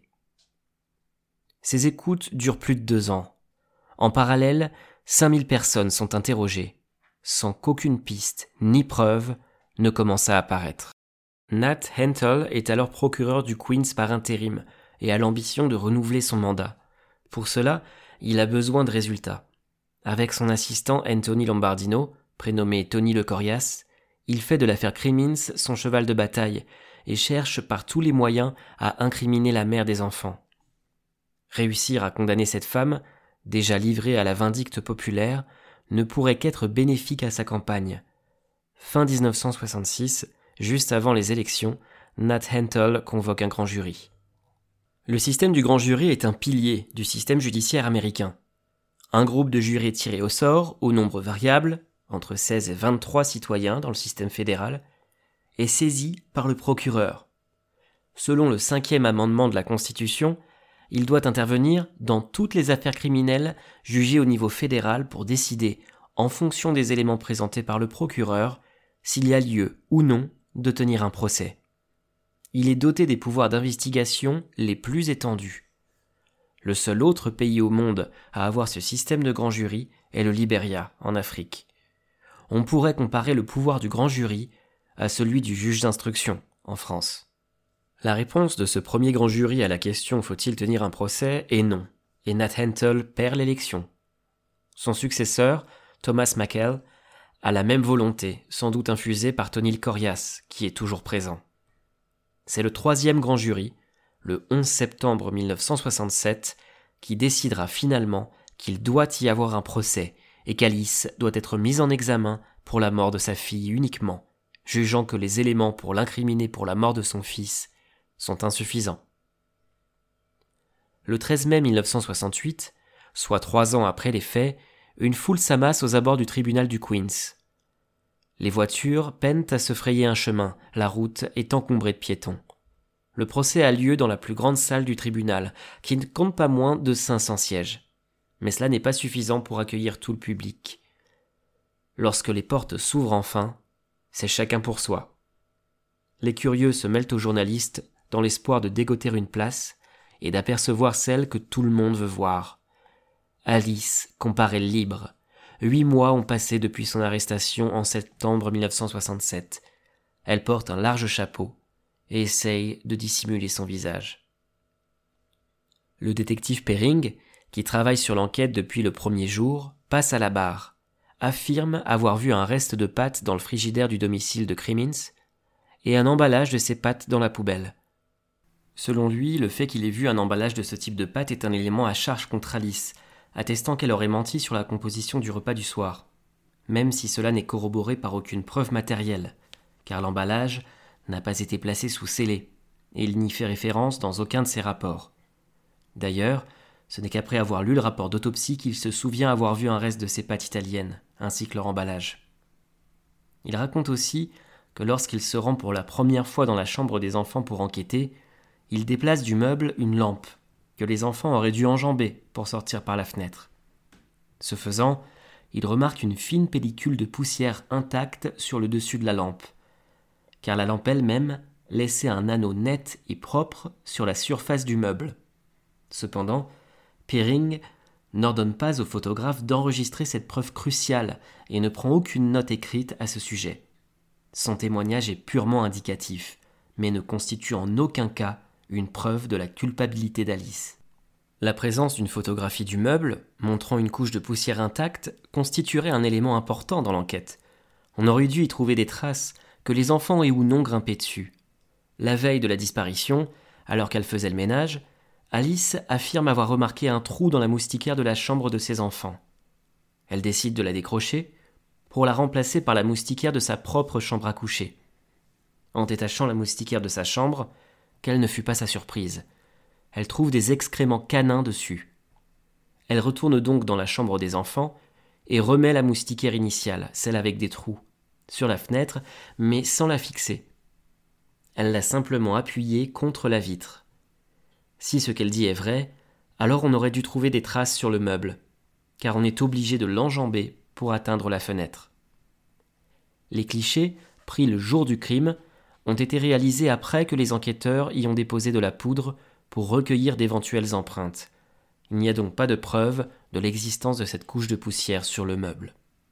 Ces écoutes durent plus de 2 ans. En parallèle, 5000 personnes sont interrogées, sans qu'aucune piste ni preuve ne commence à apparaître. Nat Hentle est alors procureur du Queens par intérim et a l'ambition de renouveler son mandat. Pour cela, il a besoin de résultats. Avec son assistant Anthony Lombardino, prénommé Tony Le Corias, il fait de l'affaire Crimmins son cheval de bataille et cherche par tous les moyens à incriminer la mère des enfants. Réussir à condamner cette femme, déjà livrée à la vindicte populaire, ne pourrait qu'être bénéfique à sa campagne. Fin 1966, juste avant les élections, Nat Hentle convoque un grand jury. Le système du grand jury est un pilier du système judiciaire américain. Un groupe de jurés tirés au sort, au nombre variable, entre 16 et 23 citoyens dans le système fédéral, est saisi par le procureur. Selon le 5e amendement de la Constitution, il doit intervenir dans toutes les affaires criminelles jugées au niveau fédéral pour décider, en fonction des éléments présentés par le procureur, s'il y a lieu ou non de tenir un procès. Il est doté des pouvoirs d'investigation les plus étendus. Le seul autre pays au monde à avoir ce système de grand jury est le Liberia, en Afrique. On pourrait comparer le pouvoir du grand jury à celui du juge d'instruction, en France. La réponse de ce premier grand jury à la question « Faut-il tenir un procès ?» est non, et Nat Hentle perd l'élection. Son successeur, Thomas McHale, a la même volonté, sans doute infusée par Tony Le Corias, qui est toujours présent. C'est le 3e grand jury, le 11 septembre 1967, qui décidera finalement qu'il doit y avoir un procès et qu'Alice doit être mise en examen pour la mort de sa fille uniquement, jugeant que les éléments pour l'incriminer pour la mort de son fils sont insuffisants. Le 13 mai 1968, soit 3 ans après les faits, une foule s'amasse aux abords du tribunal du Queens. Les voitures peinent à se frayer un chemin, la route est encombrée de piétons. Le procès a lieu dans la plus grande salle du tribunal, qui ne compte pas moins de 500 sièges. Mais cela n'est pas suffisant pour accueillir tout le public. Lorsque les portes s'ouvrent enfin, c'est chacun pour soi. Les curieux se mêlent aux journalistes dans l'espoir de dégoter une place et d'apercevoir celle que tout le monde veut voir. Alice comparaît libre. 8 mois ont passé depuis son arrestation en septembre 1967. Elle porte un large chapeau et essaye de dissimuler son visage. Le détective Perring, qui travaille sur l'enquête depuis le premier jour, passe à la barre, affirme avoir vu un reste de pâtes dans le frigidaire du domicile de Crimmins et un emballage de ces pâtes dans la poubelle. Selon lui, le fait qu'il ait vu un emballage de ce type de pâtes est un élément à charge contre Alice, attestant qu'elle aurait menti sur la composition du repas du soir, même si cela n'est corroboré par aucune preuve matérielle, car l'emballage n'a pas été placé sous scellé, et il n'y fait référence dans aucun de ses rapports. D'ailleurs, ce n'est qu'après avoir lu le rapport d'autopsie qu'il se souvient avoir vu un reste de ces pâtes italiennes, ainsi que leur emballage. Il raconte aussi que lorsqu'il se rend pour la première fois dans la chambre des enfants pour enquêter, il déplace du meuble une lampe, que les enfants auraient dû enjamber pour sortir par la fenêtre. Ce faisant, il remarque une fine pellicule de poussière intacte sur le dessus de la lampe. car la lampe elle-même laissait un anneau net et propre sur la surface du meuble. Cependant, Peering n'ordonne pas au photographe d'enregistrer cette preuve cruciale et ne prend aucune note écrite à ce sujet. Son témoignage est purement indicatif, mais ne constitue en aucun cas une preuve de la culpabilité d'Alice. La présence d'une photographie du meuble, montrant une couche de poussière intacte, constituerait un élément important dans l'enquête. On aurait dû y trouver des traces, que les enfants aient ou non grimpé dessus. La veille de la disparition, alors qu'elle faisait le ménage, Alice affirme avoir remarqué un trou dans la moustiquaire de la chambre de ses enfants. Elle décide de la décrocher pour la remplacer par la moustiquaire de sa propre chambre à coucher. En détachant la moustiquaire de sa chambre, quelle ne fut pas sa surprise. Elle trouve des excréments canins dessus. Elle retourne donc dans la chambre des enfants et remet la moustiquaire initiale, celle avec des trous, sur la fenêtre, mais sans la fixer. Elle l'a simplement appuyée contre la vitre. Si ce qu'elle dit est vrai, alors on aurait dû trouver des traces sur le meuble, car on est obligé de l'enjamber pour atteindre la fenêtre. Les clichés, pris le jour du crime, ont été réalisés après que les enquêteurs y ont déposé de la poudre pour recueillir d'éventuelles empreintes. Il n'y a donc pas de preuve de l'existence de cette couche de poussière sur le meuble.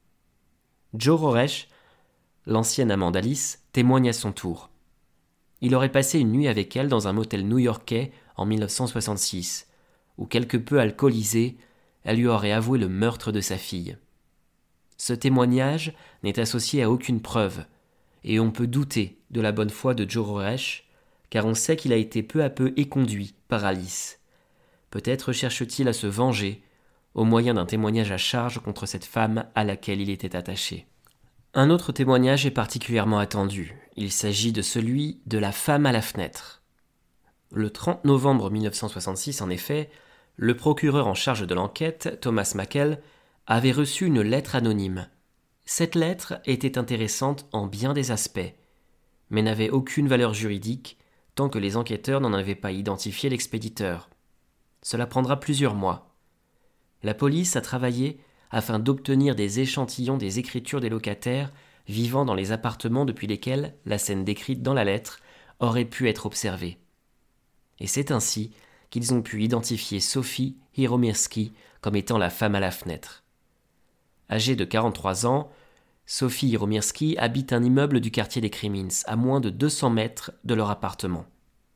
Joe Roresh, l'ancien amant d'Alice, témoigne à son tour. Il aurait passé une nuit avec elle dans un motel new-yorkais en 1966, où quelque peu alcoolisée, elle lui aurait avoué le meurtre de sa fille. Ce témoignage n'est associé à aucune preuve, et on peut douter de la bonne foi de Joe Roresh, car on sait qu'il a été peu à peu éconduit par Alice. Peut-être cherche-t-il à se venger, au moyen d'un témoignage à charge contre cette femme à laquelle il était attaché. Un autre témoignage est particulièrement attendu. Il s'agit de celui de la femme à la fenêtre. Le 30 novembre 1966, en effet, le procureur en charge de l'enquête, Thomas Mackell, avait reçu une lettre anonyme. Cette lettre était intéressante en bien des aspects, mais n'avait aucune valeur juridique tant que les enquêteurs n'en avaient pas identifié l'expéditeur. Cela prendra plusieurs mois. La police a travaillé afin d'obtenir des échantillons des écritures des locataires vivant dans les appartements depuis lesquels la scène décrite dans la lettre aurait pu être observée. Et c'est ainsi qu'ils ont pu identifier Sophie Hiromirski comme étant la femme à la fenêtre. Âgée de 43 ans, Sophie Hiromirski habite un immeuble du quartier des Crimmins, à moins de 200 mètres de leur appartement.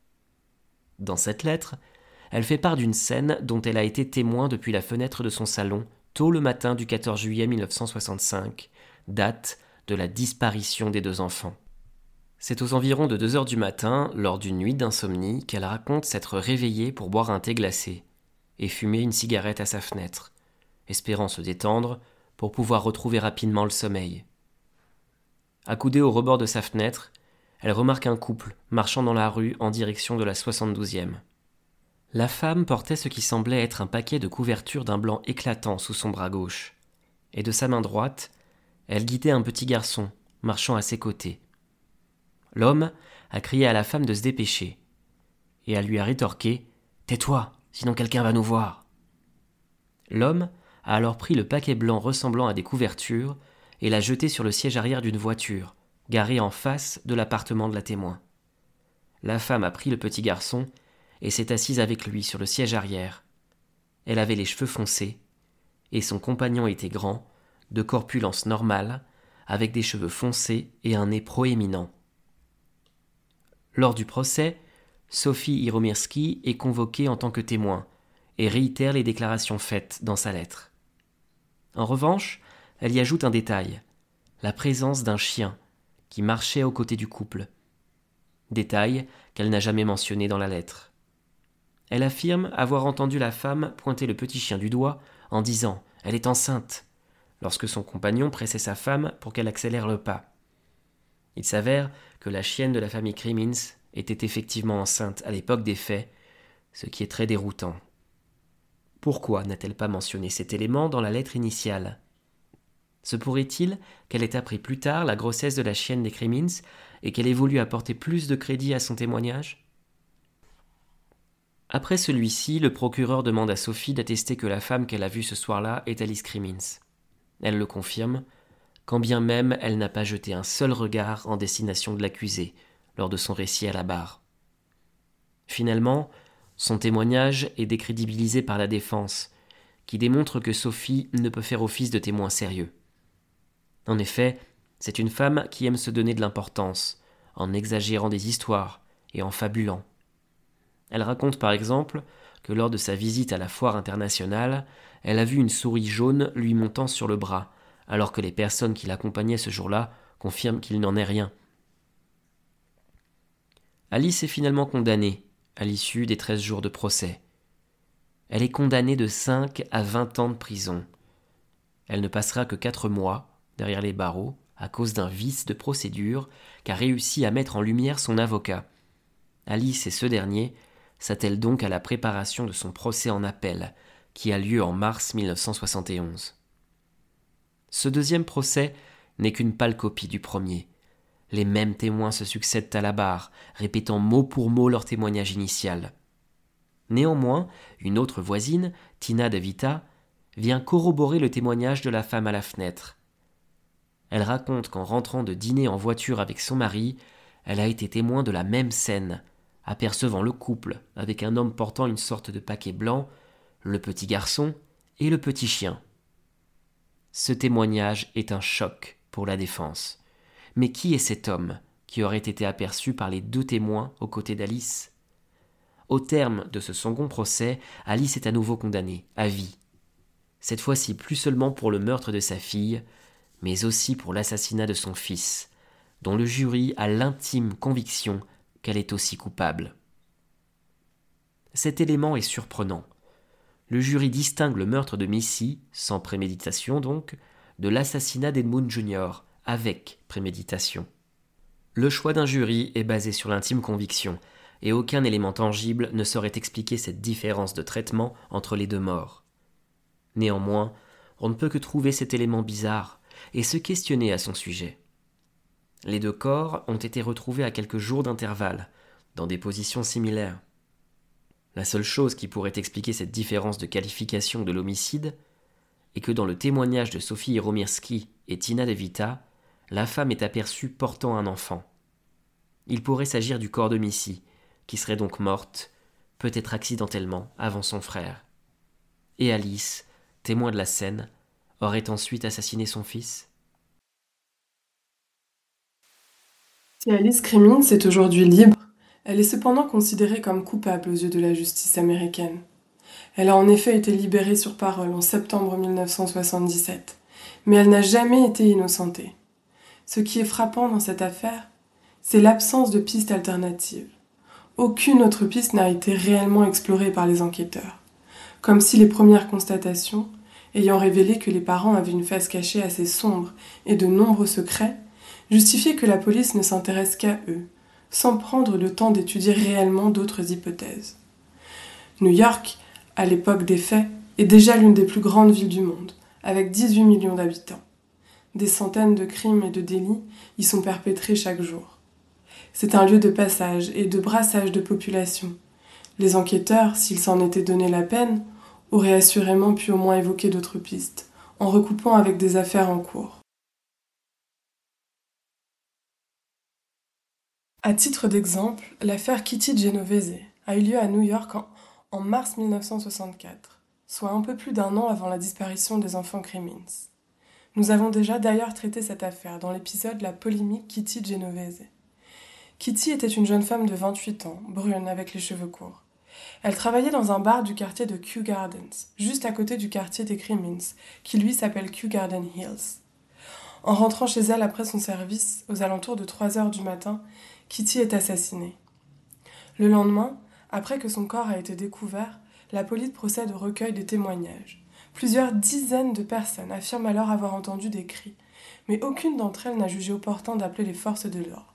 Dans cette lettre, elle fait part d'une scène dont elle a été témoin depuis la fenêtre de son salon tôt le matin du 14 juillet 1965, date de la disparition des deux enfants. C'est aux environs de 2 heures du matin, lors d'une nuit d'insomnie, qu'elle raconte s'être réveillée pour boire un thé glacé et fumer une cigarette à sa fenêtre, espérant se détendre pour pouvoir retrouver rapidement le sommeil. Accoudée au rebord de sa fenêtre, elle remarque un couple marchant dans la rue en direction de la 72e. La femme portait ce qui semblait être un paquet de couvertures d'un blanc éclatant sous son bras gauche, et de sa main droite, elle guidait un petit garçon marchant à ses côtés. L'homme a crié à la femme de se dépêcher, et elle lui a rétorqué « Tais-toi, sinon quelqu'un va nous voir !» L'homme a alors pris le paquet blanc ressemblant à des couvertures et l'a jeté sur le siège arrière d'une voiture, garée en face de l'appartement de la témoin. La femme a pris le petit garçon et s'est assise avec lui sur le siège arrière. Elle avait les cheveux foncés, et son compagnon était grand, de corpulence normale, avec des cheveux foncés et un nez proéminent. Lors du procès, Sophie Hiromirski est convoquée en tant que témoin et réitère les déclarations faites dans sa lettre. En revanche, elle y ajoute un détail, la présence d'un chien qui marchait aux côtés du couple. Détail qu'elle n'a jamais mentionné dans la lettre. Elle affirme avoir entendu la femme pointer le petit chien du doigt en disant « Elle est enceinte » lorsque son compagnon pressait sa femme pour qu'elle accélère le pas. Il s'avère que la chienne de la famille Crimmins était effectivement enceinte à l'époque des faits, ce qui est très déroutant. Pourquoi n'a-t-elle pas mentionné cet élément dans la lettre initiale ? Se pourrait-il qu'elle ait appris plus tard la grossesse de la chienne des Crimmins et qu'elle ait voulu apporter plus de crédit à son témoignage ? Après celui-ci, le procureur demande à Sophie d'attester que la femme qu'elle a vue ce soir-là est Alice Crimmins. Elle le confirme, quand bien même elle n'a pas jeté un seul regard en destination de l'accusé lors de son récit à la barre. Finalement, son témoignage est décrédibilisé par la défense, qui démontre que Sophie ne peut faire office de témoin sérieux. En effet, c'est une femme qui aime se donner de l'importance, en exagérant des histoires et en fabulant. Elle raconte par exemple que lors de sa visite à la foire internationale, elle a vu une souris jaune lui montant sur le bras, alors que les personnes qui l'accompagnaient ce jour-là confirment qu'il n'en est rien. Alice est finalement condamnée à l'issue des 13 jours de procès. Elle est condamnée de 5 à 20 ans de prison. Elle ne passera que 4 mois derrière les barreaux à cause d'un vice de procédure qu'a réussi à mettre en lumière son avocat. Alice et ce dernier s'attellent donc à la préparation de son procès en appel, qui a lieu en mars 1971. Ce deuxième procès n'est qu'une pâle copie du premier. Les mêmes témoins se succèdent à la barre, répétant mot pour mot leur témoignage initial. Néanmoins, une autre voisine, Tina De Vita, vient corroborer le témoignage de la femme à la fenêtre. Elle raconte qu'en rentrant de dîner en voiture avec son mari, elle a été témoin de la même scène, apercevant le couple avec un homme portant une sorte de paquet blanc, le petit garçon et le petit chien. Ce témoignage est un choc pour la défense. Mais qui est cet homme qui aurait été aperçu par les 2 témoins aux côtés d'Alice ? Au terme de ce second procès, Alice est à nouveau condamnée, à vie. Cette fois-ci plus seulement pour le meurtre de sa fille, mais aussi pour l'assassinat de son fils, dont le jury a l'intime conviction qu'elle est aussi coupable. Cet élément est surprenant. Le jury distingue le meurtre de Missy, sans préméditation donc, de l'assassinat d'Edmund Jr., avec préméditation. Le choix d'un jury est basé sur l'intime conviction, et aucun élément tangible ne saurait expliquer cette différence de traitement entre les 2 morts. Néanmoins, on ne peut que trouver cet élément bizarre et se questionner à son sujet. Les 2 corps ont été retrouvés à quelques jours d'intervalle, dans des positions similaires. La seule chose qui pourrait expliquer cette différence de qualification de l'homicide est que dans le témoignage de Sophie Romirski et Tina De Vita, la femme est aperçue portant un enfant. Il pourrait s'agir du corps de Missy, qui serait donc morte, peut-être accidentellement, avant son frère. Et Alice, témoin de la scène, aurait ensuite assassiné son fils ? Si Alice Crimmins est aujourd'hui libre, elle est cependant considérée comme coupable aux yeux de la justice américaine. Elle a en effet été libérée sur parole en septembre 1977, mais elle n'a jamais été innocentée. Ce qui est frappant dans cette affaire, c'est l'absence de pistes alternatives. Aucune autre piste n'a été réellement explorée par les enquêteurs, comme si les premières constatations, ayant révélé que les parents avaient une face cachée assez sombre et de nombreux secrets, justifiaient que la police ne s'intéresse qu'à eux, sans prendre le temps d'étudier réellement d'autres hypothèses. New York, à l'époque des faits, est déjà l'une des plus grandes villes du monde, avec 18 millions d'habitants. Des centaines de crimes et de délits y sont perpétrés chaque jour. C'est un lieu de passage et de brassage de population. Les enquêteurs, s'ils s'en étaient donné la peine, auraient assurément pu au moins évoquer d'autres pistes, en recoupant avec des affaires en cours. À titre d'exemple, l'affaire Kitty Genovese a eu lieu à New York en mars 1964, soit un peu plus d'1 an avant la disparition des enfants Crimmins. Nous avons déjà d'ailleurs traité cette affaire dans l'épisode La polémique Kitty Genovese. Kitty était une jeune femme de 28 ans, brune avec les cheveux courts. Elle travaillait dans un bar du quartier de Kew Gardens, juste à côté du quartier des Crimmins, qui lui s'appelle Kew Garden Hills. En rentrant chez elle après son service, aux alentours de 3 heures du matin, Kitty est assassinée. Le lendemain, après que son corps a été découvert, la police procède au recueil des témoignages. Plusieurs dizaines de personnes affirment alors avoir entendu des cris, mais aucune d'entre elles n'a jugé opportun d'appeler les forces de l'ordre.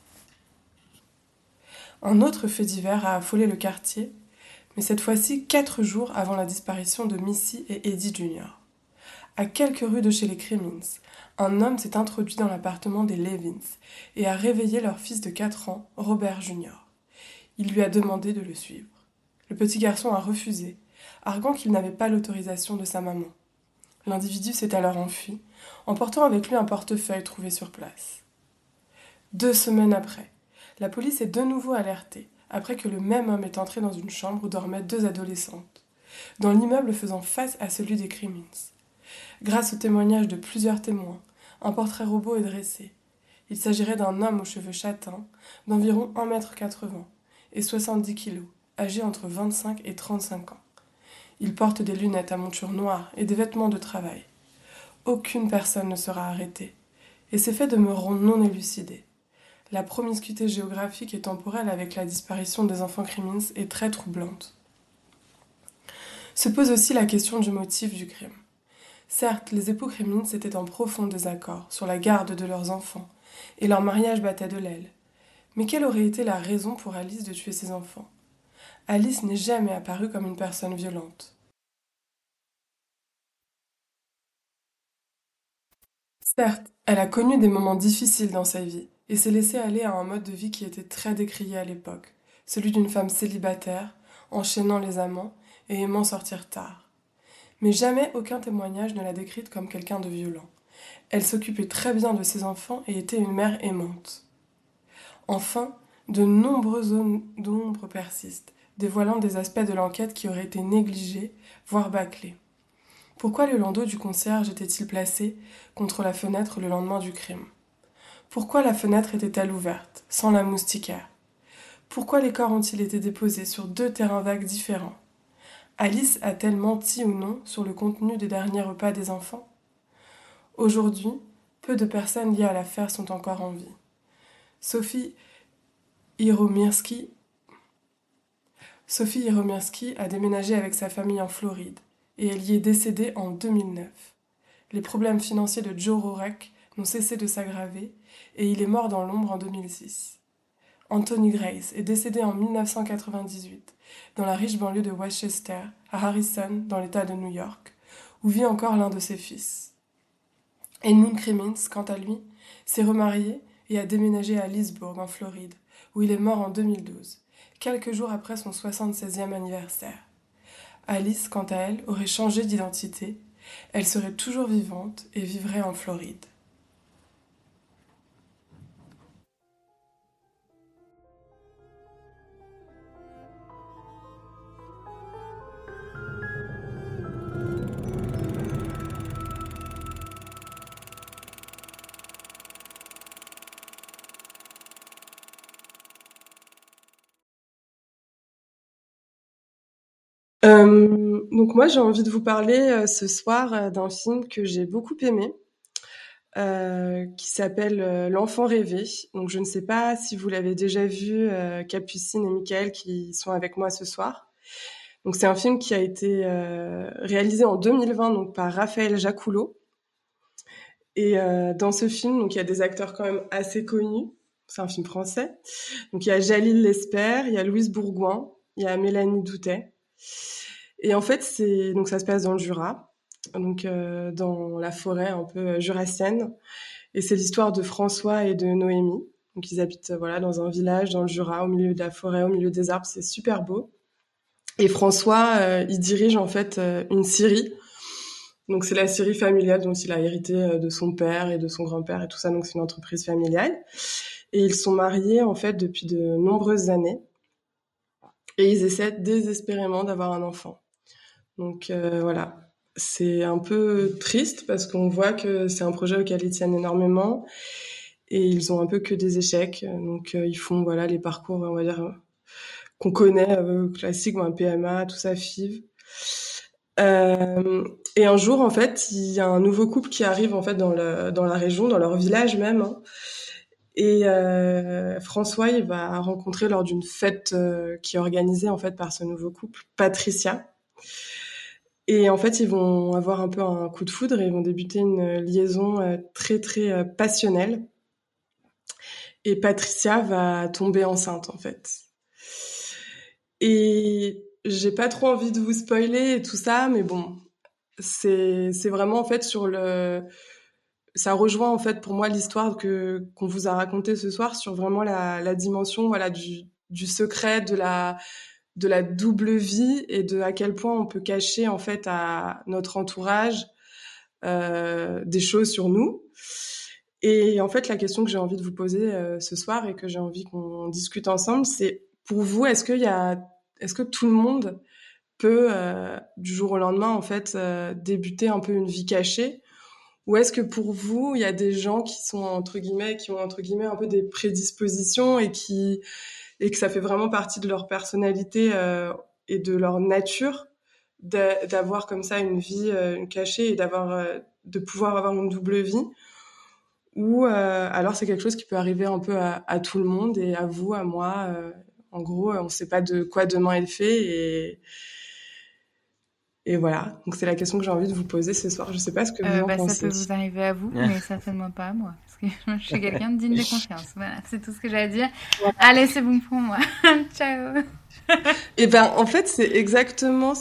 Un autre fait divers a affolé le quartier, mais cette fois-ci 4 jours avant la disparition de Missy et Eddie Jr. À quelques rues de chez les Crimmins, un homme s'est introduit dans l'appartement des Levins et a réveillé leur fils de 4 ans, Robert Jr. Il lui a demandé de le suivre. Le petit garçon a refusé, arguant qu'il n'avait pas l'autorisation de sa maman. L'individu s'est alors enfui, emportant avec lui un portefeuille trouvé sur place. 2 semaines après, la police est de nouveau alertée, après que le même homme est entré dans une chambre où dormaient 2 adolescentes, dans l'immeuble faisant face à celui des Crimmins. Grâce au témoignage de plusieurs témoins, un portrait robot est dressé. Il s'agirait d'un homme aux cheveux châtains, d'environ 1,80 m et 70 kg, âgé entre 25 et 35 ans. Il porte des lunettes à monture noire et des vêtements de travail. Aucune personne ne sera arrêtée, et ces faits demeureront non élucidés. La promiscuité géographique et temporelle avec la disparition des enfants Crimmins est très troublante. Se pose aussi la question du motif du crime. Certes, les époux Crimmins étaient en profond désaccord sur la garde de leurs enfants, et leur mariage battait de l'aile. Mais quelle aurait été la raison pour Alice de tuer ses enfants ? Alice n'est jamais apparue comme une personne violente. Certes, elle a connu des moments difficiles dans sa vie, et s'est laissée aller à un mode de vie qui était très décrié à l'époque, celui d'une femme célibataire, enchaînant les amants et aimant sortir tard. Mais jamais aucun témoignage ne l'a décrite comme quelqu'un de violent. Elle s'occupait très bien de ses enfants et était une mère aimante. Enfin, de nombreuses zones d'ombre persistent, dévoilant des aspects de l'enquête qui auraient été négligés, voire bâclés. Pourquoi le landau du concierge était-il placé contre la fenêtre le lendemain du crime ? Pourquoi la fenêtre était-elle ouverte, sans la moustiquaire ? Pourquoi les corps ont-ils été déposés sur 2 terrains vagues différents ? Alice a-t-elle menti ou non sur le contenu des derniers repas des enfants ? Aujourd'hui, peu de personnes liées à l'affaire sont encore en vie. Sophie Hiromirski a déménagé avec sa famille en Floride et elle y est décédée en 2009. Les problèmes financiers de Joe Rorek n'ont cessé de s'aggraver et il est mort dans l'ombre en 2006. Anthony Grace est décédé en 1998 dans la riche banlieue de Westchester, à Harrison, dans l'État de New York, où vit encore l'un de ses fils. Edmund Crimmins, quant à lui, s'est remarié et a déménagé à Leesburg, en Floride, où il est mort en 2012, quelques jours après son 76e anniversaire. Alice, quant à elle, aurait changé d'identité. Elle serait toujours vivante et vivrait en Floride. Donc moi j'ai envie de vous parler ce soir d'un film que j'ai beaucoup aimé, qui s'appelle L'Enfant rêvé. Donc je ne sais pas si vous l'avez déjà vu, Capucine et Michael qui sont avec moi ce soir. Donc c'est un film qui a été réalisé en 2020 donc par Raphaël Jacoulot. Et dans ce film, donc il y a des acteurs quand même assez connus. C'est un film français. Donc il y a Jalil Lesper, il y a Louise Bourgoin, il y a Mélanie Doutet. Et en fait, ça se passe dans le Jura, donc dans la forêt un peu jurassienne. Et c'est l'histoire de François et de Noémie. Donc ils habitent voilà dans un village dans le Jura, au milieu de la forêt, au milieu des arbres. C'est super beau. Et François, il dirige en fait une scierie. Donc c'est la scierie familiale dont il a hérité de son père et de son grand-père et tout ça. Donc c'est une entreprise familiale. Et ils sont mariés en fait depuis de nombreuses années. Et ils essaient désespérément d'avoir un enfant. Donc voilà, c'est un peu triste parce qu'on voit que c'est un projet auquel ils tiennent énormément et ils ont un peu que des échecs. Donc ils font voilà les parcours, on va dire qu'on connaît classiques, un PMA, tout ça, FIV. Et un jour en fait, il y a un nouveau couple qui arrive en fait dans la région, dans leur village même. Hein. Et François, il va rencontrer lors d'une fête qui est organisée en fait par ce nouveau couple, Patricia. Et en fait, ils vont avoir un peu un coup de foudre et ils vont débuter une liaison très très passionnelle. Et Patricia va tomber enceinte en fait. Et j'ai pas trop envie de vous spoiler et tout ça, mais bon, c'est vraiment en fait ça rejoint en fait pour moi l'histoire qu'on vous a racontée ce soir sur vraiment la dimension voilà du secret de la double vie et de à quel point on peut cacher en fait à notre entourage des choses sur nous. Et en fait, la question que j'ai envie de vous poser ce soir et que j'ai envie qu'on discute ensemble, c'est pour vous, est-ce que tout le monde peut du jour au lendemain en fait débuter un peu une vie cachée, ou est-ce que pour vous, il y a des gens qui sont qui ont entre guillemets un peu des prédispositions et que ça fait vraiment partie de leur personnalité et de leur nature d'avoir comme ça une vie cachée et de pouvoir avoir une double vie, ou alors c'est quelque chose qui peut arriver un peu à tout le monde et à vous, à moi. En gros, on ne sait pas de quoi demain est fait et voilà. Donc c'est la question que j'ai envie de vous poser ce soir. Je ne sais pas ce que vous en pensez. Ça peut vous arriver à vous, mais certainement pas à moi. Parce que je suis quelqu'un de digne de confiance. Voilà, c'est tout ce que j'ai à dire. Ouais. Allez, c'est bon pour moi. Ciao. Et ben en fait, c'est exactement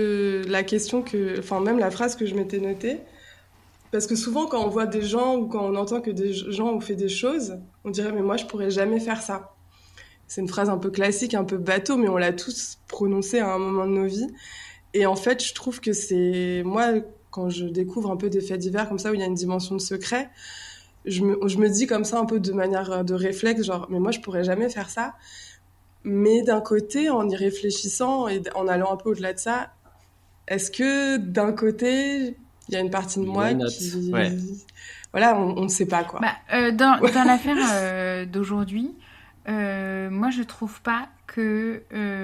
même la phrase que je m'étais notée. Parce que souvent, quand on voit des gens ou quand on entend que des gens ont fait des choses, on dirait mais moi je pourrais jamais faire ça. C'est une phrase un peu classique, un peu bateau, mais on l'a tous prononcée à un moment de nos vies. Et en fait, je trouve que moi, quand je découvre un peu des faits divers comme ça, où il y a une dimension de secret, je me dis comme ça un peu de manière de réflexe, genre, mais moi, je pourrais jamais faire ça. Mais d'un côté, en y réfléchissant et en allant un peu au-delà de ça, est-ce que d'un côté, il y a une partie de moi qui... Ouais. Voilà, on ne sait pas, quoi. Dans l'affaire d'aujourd'hui, moi, je trouve pas que...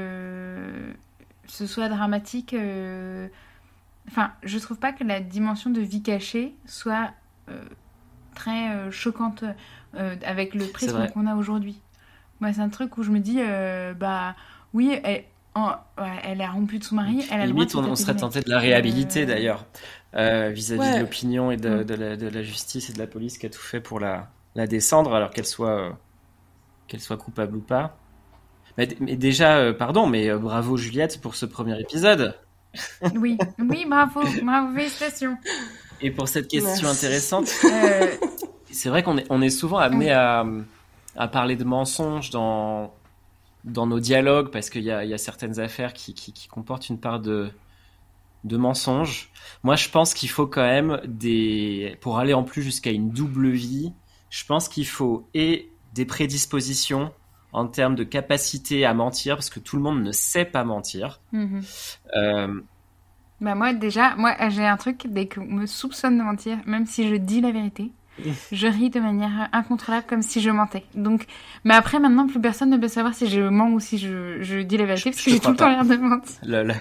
ce soit dramatique. Enfin, je trouve pas que la dimension de vie cachée soit très choquante avec le prisme qu'on a aujourd'hui. Moi, c'est un truc où je me dis, oui, elle a rompu de son mari. Elle a limite, on serait tenté de la réhabiliter d'ailleurs, vis-à-vis de l'opinion et de la justice et de la police qui a tout fait pour la descendre, alors qu'elle soit coupable ou pas. Mais déjà, pardon, mais bravo Juliette pour ce premier épisode. Oui, bravo, félicitations. Et pour cette question intéressante, c'est vrai qu'on est souvent amené à parler de mensonges dans nos dialogues, parce qu'il y a certaines affaires qui comportent une part de mensonges. Moi, je pense qu'il faut quand même pour aller en plus jusqu'à une double vie, je pense qu'il faut des prédispositions en termes de capacité à mentir, parce que tout le monde ne sait pas mentir. Moi, j'ai un truc, dès qu'on me soupçonne de mentir, même si je dis la vérité, je ris de manière incontrôlable comme si je mentais. Donc, mais après, maintenant, plus personne ne peut savoir si je mens ou si je dis la vérité, parce que j'ai tout le temps l'air de mentir.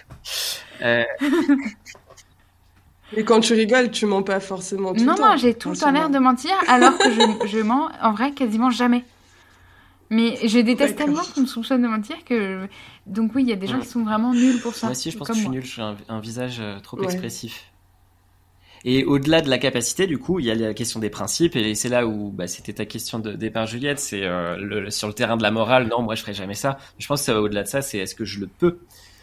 Mais quand tu rigoles, tu mens pas forcément tout le temps. Non, j'ai tout le temps l'air de mentir, alors que je mens, en vrai, quasiment jamais. Mais je déteste tellement qu'on me soupçonne de mentir que... Donc oui, il y a des gens qui sont vraiment nuls pour ça. Moi aussi, je pense que je suis nul. J'ai un visage trop expressif. Et au-delà de la capacité, du coup, il y a la question des principes. Et c'est là où c'était ta question de départ, Juliette. C'est sur le terrain de la morale. Non, moi, je ferai jamais ça. Je pense que ça va au-delà de ça. C'est est-ce que je le peux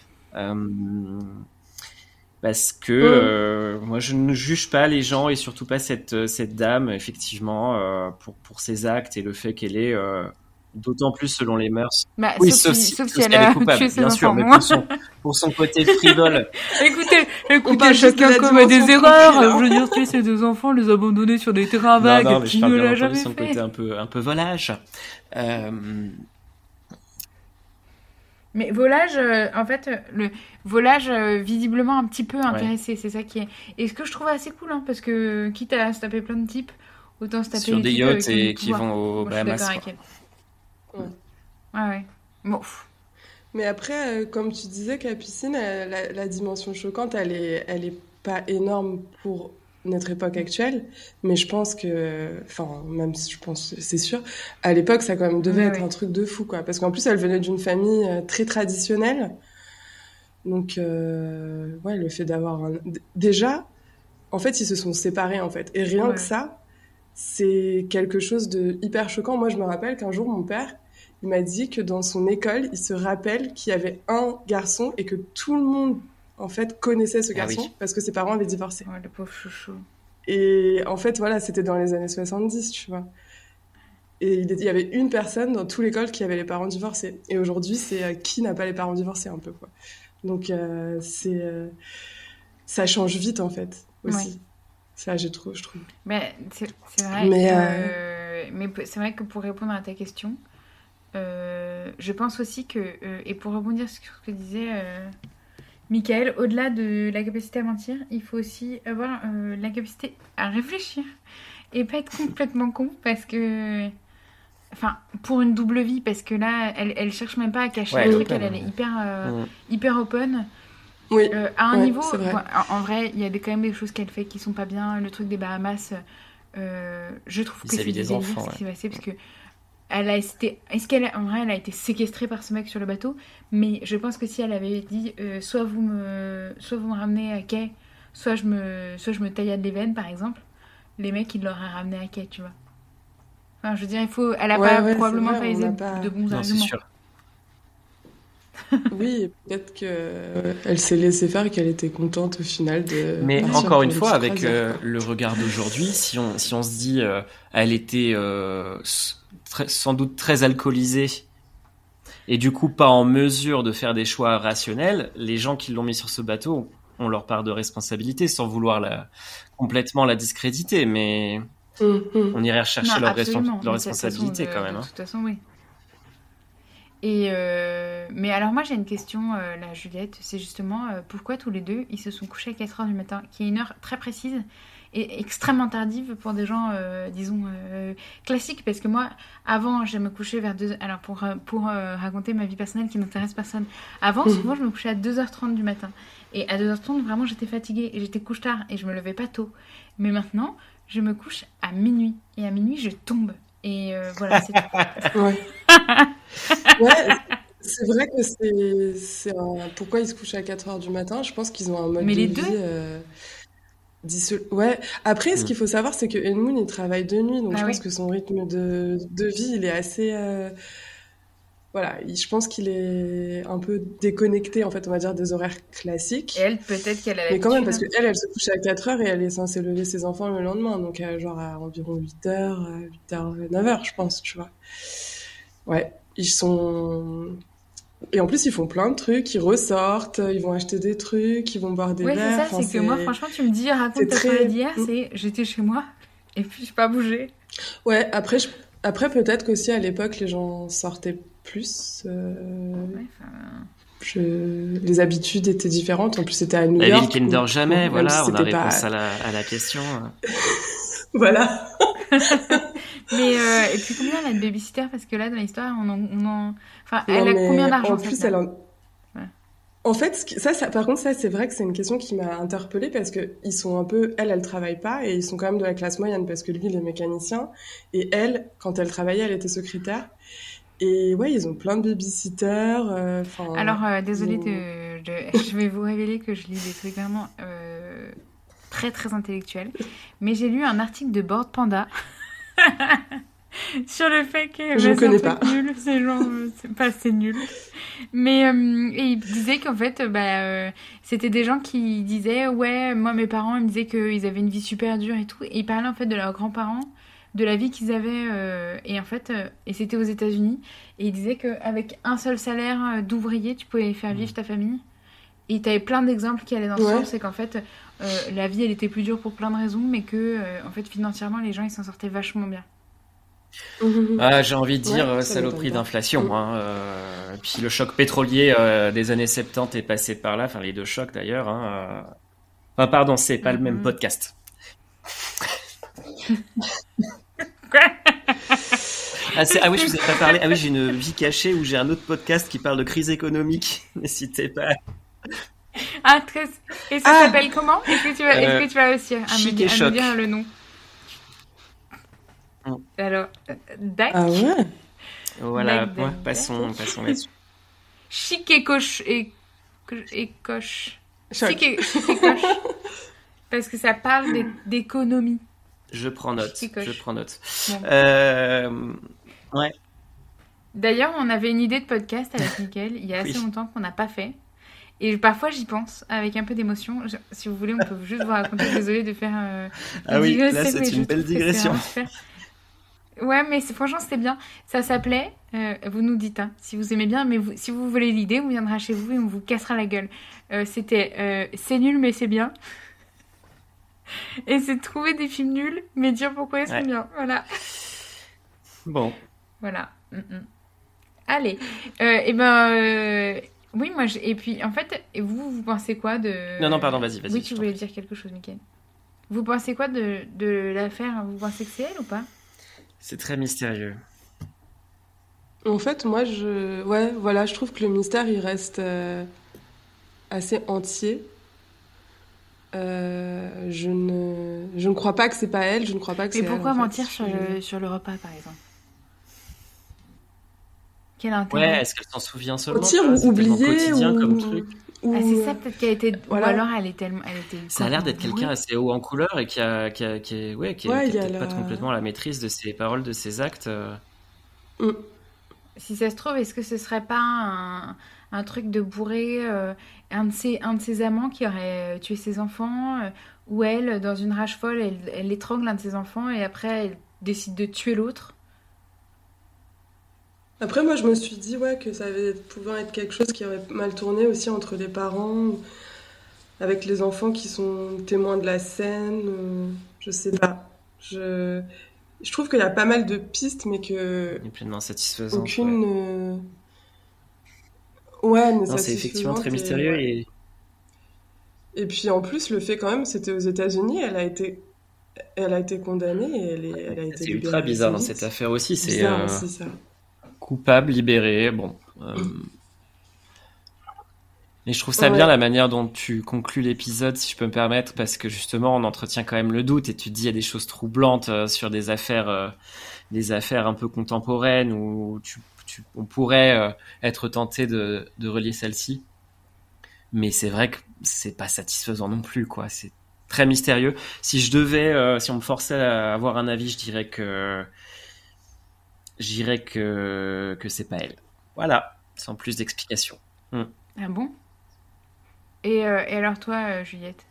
parce que moi, je ne juge pas les gens et surtout pas cette dame, effectivement, pour ses actes et le fait qu'elle est... d'autant plus selon les mœurs. Oui, sauf si elle est coupable, bien sûr, mais pour son côté frivole. Écoutez, chacun commet des erreurs. Je veux dire, tuer ses deux enfants, les abandonner sur des terrains vagues, non, mais qui ne l'a jamais fait. Son côté un peu volage. Mais volage, en fait, le volage visiblement un petit peu intéressé, c'est ça qui est. Et ce que je trouve assez cool, hein, parce que quitte à se taper plein de types, autant se taper sur des yachts et qui vont au Bahamas. Je suis d'accord avec elle. Ouais. Bon. Mais après, comme tu disais, Capucine, la dimension choquante, elle est pas énorme pour notre époque actuelle, mais je pense que, même si je pense, c'est sûr, à l'époque, ça quand même devait être un truc de fou, quoi. Parce qu'en plus, elle venait d'une famille très traditionnelle. Donc, le fait d'avoir déjà, en fait, ils se sont séparés, en fait. Et rien que ça, c'est quelque chose de hyper choquant. Moi, je me rappelle qu'un jour, mon père, il m'a dit que dans son école, il se rappelle qu'il y avait un garçon et que tout le monde, en fait, connaissait ce garçon parce que ses parents avaient divorcé. Ouais, le pauvre chouchou. Et en fait, voilà, c'était dans les années 70, tu vois. Et il y avait une personne dans toute l'école qui avait les parents divorcés. Et aujourd'hui, c'est qui n'a pas les parents divorcés, un peu, quoi. Donc, ça change vite, en fait, aussi. Ça, je trouve. Mais c'est vrai. Mais c'est vrai que pour répondre à ta question, je pense aussi que, et pour rebondir sur ce que disait Michael, au-delà de la capacité à mentir, il faut aussi avoir la capacité à réfléchir et pas être complètement con parce que... Enfin, pour une double vie, parce que là, elle cherche même pas à cacher le truc, elle est hyper open. Oui, à un niveau, c'est vrai. Bon, en vrai, il y a quand même des choses qu'elle fait qui sont pas bien. Le truc des Bahamas, je trouve que c'est des délires ce qui s'est passé, parce que en vrai, elle a été séquestrée par ce mec sur le bateau, mais je pense que si elle avait dit soit vous me ramenez à quai, soit je me taillade les veines, par exemple, les mecs, ils l'auraient ramené à quai, tu vois. Enfin, je veux dire, elle a probablement pas les de bons arguments. C'est sûr. Oui, peut-être qu'elle s'est laissée faire et qu'elle était contente au final de... Mais encore une fois, avec le regard d'aujourd'hui, si on se dit elle était sans doute très alcoolisée et du coup pas en mesure de faire des choix rationnels, les gens qui l'ont mis sur ce bateau ont leur part de responsabilité sans vouloir complètement la discréditer, mais on irait rechercher leur responsabilité quand même. De toute façon, oui. Mais alors moi j'ai une question, là Juliette, c'est justement pourquoi tous les deux ils se sont couchés à 4h du matin, qui est une heure très précise et extrêmement tardive pour des gens, disons, classiques, parce que moi avant je me couchais vers 2h, alors pour raconter ma vie personnelle qui n'intéresse personne, avant souvent je me couchais à 2h30 du matin, et à 2h30 vraiment j'étais fatiguée et j'étais couche tard et je me levais pas tôt, mais maintenant je me couche à minuit, et à minuit je tombe. Et voilà, c'est tout. Ouais. Ouais, c'est vrai que pourquoi ils se couchent à 4h du matin. Je pense qu'ils ont un mode Mais de les vie Ouais. Après, ce qu'il faut savoir, c'est que Edmund, il travaille de nuit. Donc, je pense que son rythme de vie, il est assez... Voilà, je pense qu'il est un peu déconnecté, en fait, on va dire, des horaires classiques. Et elle, peut-être qu'elle a l'habitude. Mais quand même, parce qu'elle, elle se couche à 4h et elle est censée lever ses enfants le lendemain. Donc, genre à environ 8h, 9h, je pense, tu vois. Ouais, ils sont... Et en plus, ils font plein de trucs, ils ressortent, ils vont acheter des trucs, ils vont boire des verres. Ouais, c'est ça, c'est que moi, franchement, tu me dis, raconte ta soirée d'hier, c'est j'étais chez moi et puis je n'ai pas bougé. Ouais, après peut-être qu'aussi à l'époque, les gens sortaient plus. Les habitudes étaient différentes. En plus, c'était à New York. La ville qui ne dort jamais, voilà, on a réponse à la question. Voilà. Mais et puis combien elle a de babysitter, parce que là dans l'histoire enfin elle a combien d'argent en plus elle en fait ça par contre ça c'est vrai que c'est une question qui m'a interpellée, parce que ils sont un peu, elle travaille pas et ils sont quand même de la classe moyenne, parce que lui il est mécanicien et elle, quand elle travaillait, elle était secrétaire. Et ouais, ils ont plein de babysitters. Alors désolée je vais vous révéler que je lis des trucs vraiment très très intellectuels, mais j'ai lu un article de Bored Panda sur le fait que je connais pas. Nul, c'est genre c'est nul. Mais et il disait qu'en fait c'était des gens qui disaient ouais, moi mes parents ils me disaient qu'ils avaient une vie super dure et tout, et ils parlaient en fait de leurs grands-parents, de la vie qu'ils avaient et en fait et c'était aux États-Unis, et ils disaient qu'avec un seul salaire d'ouvrier tu pouvais faire vivre ta famille. Et t'avais plein d'exemples qui allaient dans ce sens, c'est qu'en fait la vie elle était plus dure pour plein de raisons, mais que en fait financièrement les gens ils s'en sortaient vachement bien. J'ai envie de dire saloperie d'inflation. Puis le choc pétrolier des années 70 est passé par là, enfin les deux chocs d'ailleurs. Enfin pardon, c'est pas le même podcast. Quoi? Ah oui, je vous ai pas parlé. Ah oui, j'ai une vie cachée où j'ai un autre podcast qui parle de crise économique. N'hésitez pas. Ah, très... Et ça s'appelle comment? Est-ce que tu vas réussir à me dire le nom? Alors, Dac. Ah ouais. Voilà, passons là-dessus. Chic et coche. Chic et coche. Parce que ça parle d'économie. Je prends note. Bon. Ouais. D'ailleurs, on avait une idée de podcast avec Mickaël il y a assez longtemps qu'on n'a pas fait. Et parfois, j'y pense avec un peu d'émotion. Si vous voulez, on peut juste vous raconter. Désolée de faire. Ah oui, là, c'est une belle digression. Ouais, mais franchement, c'était bien. Ça s'appelait, vous nous dites, si vous aimez bien, mais si vous voulez l'idée, on viendra chez vous et on vous cassera la gueule. C'était C'est nul, mais c'est bien. Et c'est de trouver des films nuls, mais dire pourquoi ils sont Ouais. bien. Voilà. Bon. Voilà. Allez. Et ben. Oui, moi. Et puis, en fait, et vous pensez quoi de. Non, pardon, vas-y, Oui, je tu t'en voulais prie. dire quelque chose, Mickaël. Vous pensez quoi de l'affaire? Vous pensez que c'est elle ou pas? C'est très mystérieux. En fait, moi, ouais, voilà, je trouve que le mystère, il reste assez entier. Je ne crois pas que c'est pas elle, je ne crois pas que Mais c'est elle, en pourquoi fait. mentir sur le repas, par exemple? Quel Ouais, intérêt? est-ce qu'elle s'en souvient seulement, tu Mentir vois? ou C'est tellement oublier quotidien comme truc. Ah, c'est ou ça, peut-être qu'elle était. Ou voilà. alors elle était Ça a l'air complètement d'être quelqu'un bourrée. assez haut en couleur et Ouais, qui il a y a peut-être pas la. complètement la maîtrise de ses paroles, de ses actes. Mm. Si ça se trouve, est-ce que ce serait pas un truc de bourré, un de ses amants qui aurait tué ses enfants, ou elle, dans une rage folle, elle étrangle un de ses enfants et après elle décide de tuer l'autre? Après, moi, je me suis dit ouais, que pouvait être quelque chose qui aurait mal tourné aussi entre les parents, avec les enfants qui sont témoins de la scène. Je sais pas. Je trouve qu'il y a pas mal de pistes, mais que Est pleinement satisfaisante, ouais. aucune, ouais, n'est Non, c'est effectivement très satisfaisante. Et mystérieux ouais. et Et puis en plus, le fait quand même, c'était aux États-Unis, elle a été condamnée et elle a été c'est ultra libérée bizarre assez dans cette vite. affaire aussi. C'est Bizarre aussi ça. coupable, libéré, bon. Et je trouve ça bien Ouais. la manière dont tu conclus l'épisode, si je peux me permettre, parce que justement, on entretient quand même le doute et tu te dis il y a des choses troublantes sur des affaires un peu contemporaines où on pourrait être tenté de relier celle-ci. Mais c'est vrai que c'est pas satisfaisant non plus, quoi. C'est très mystérieux. Si on me forçait à avoir un avis, je dirais que c'est pas elle. Voilà, sans plus d'explications. Ah bon? Et alors toi, Juliette?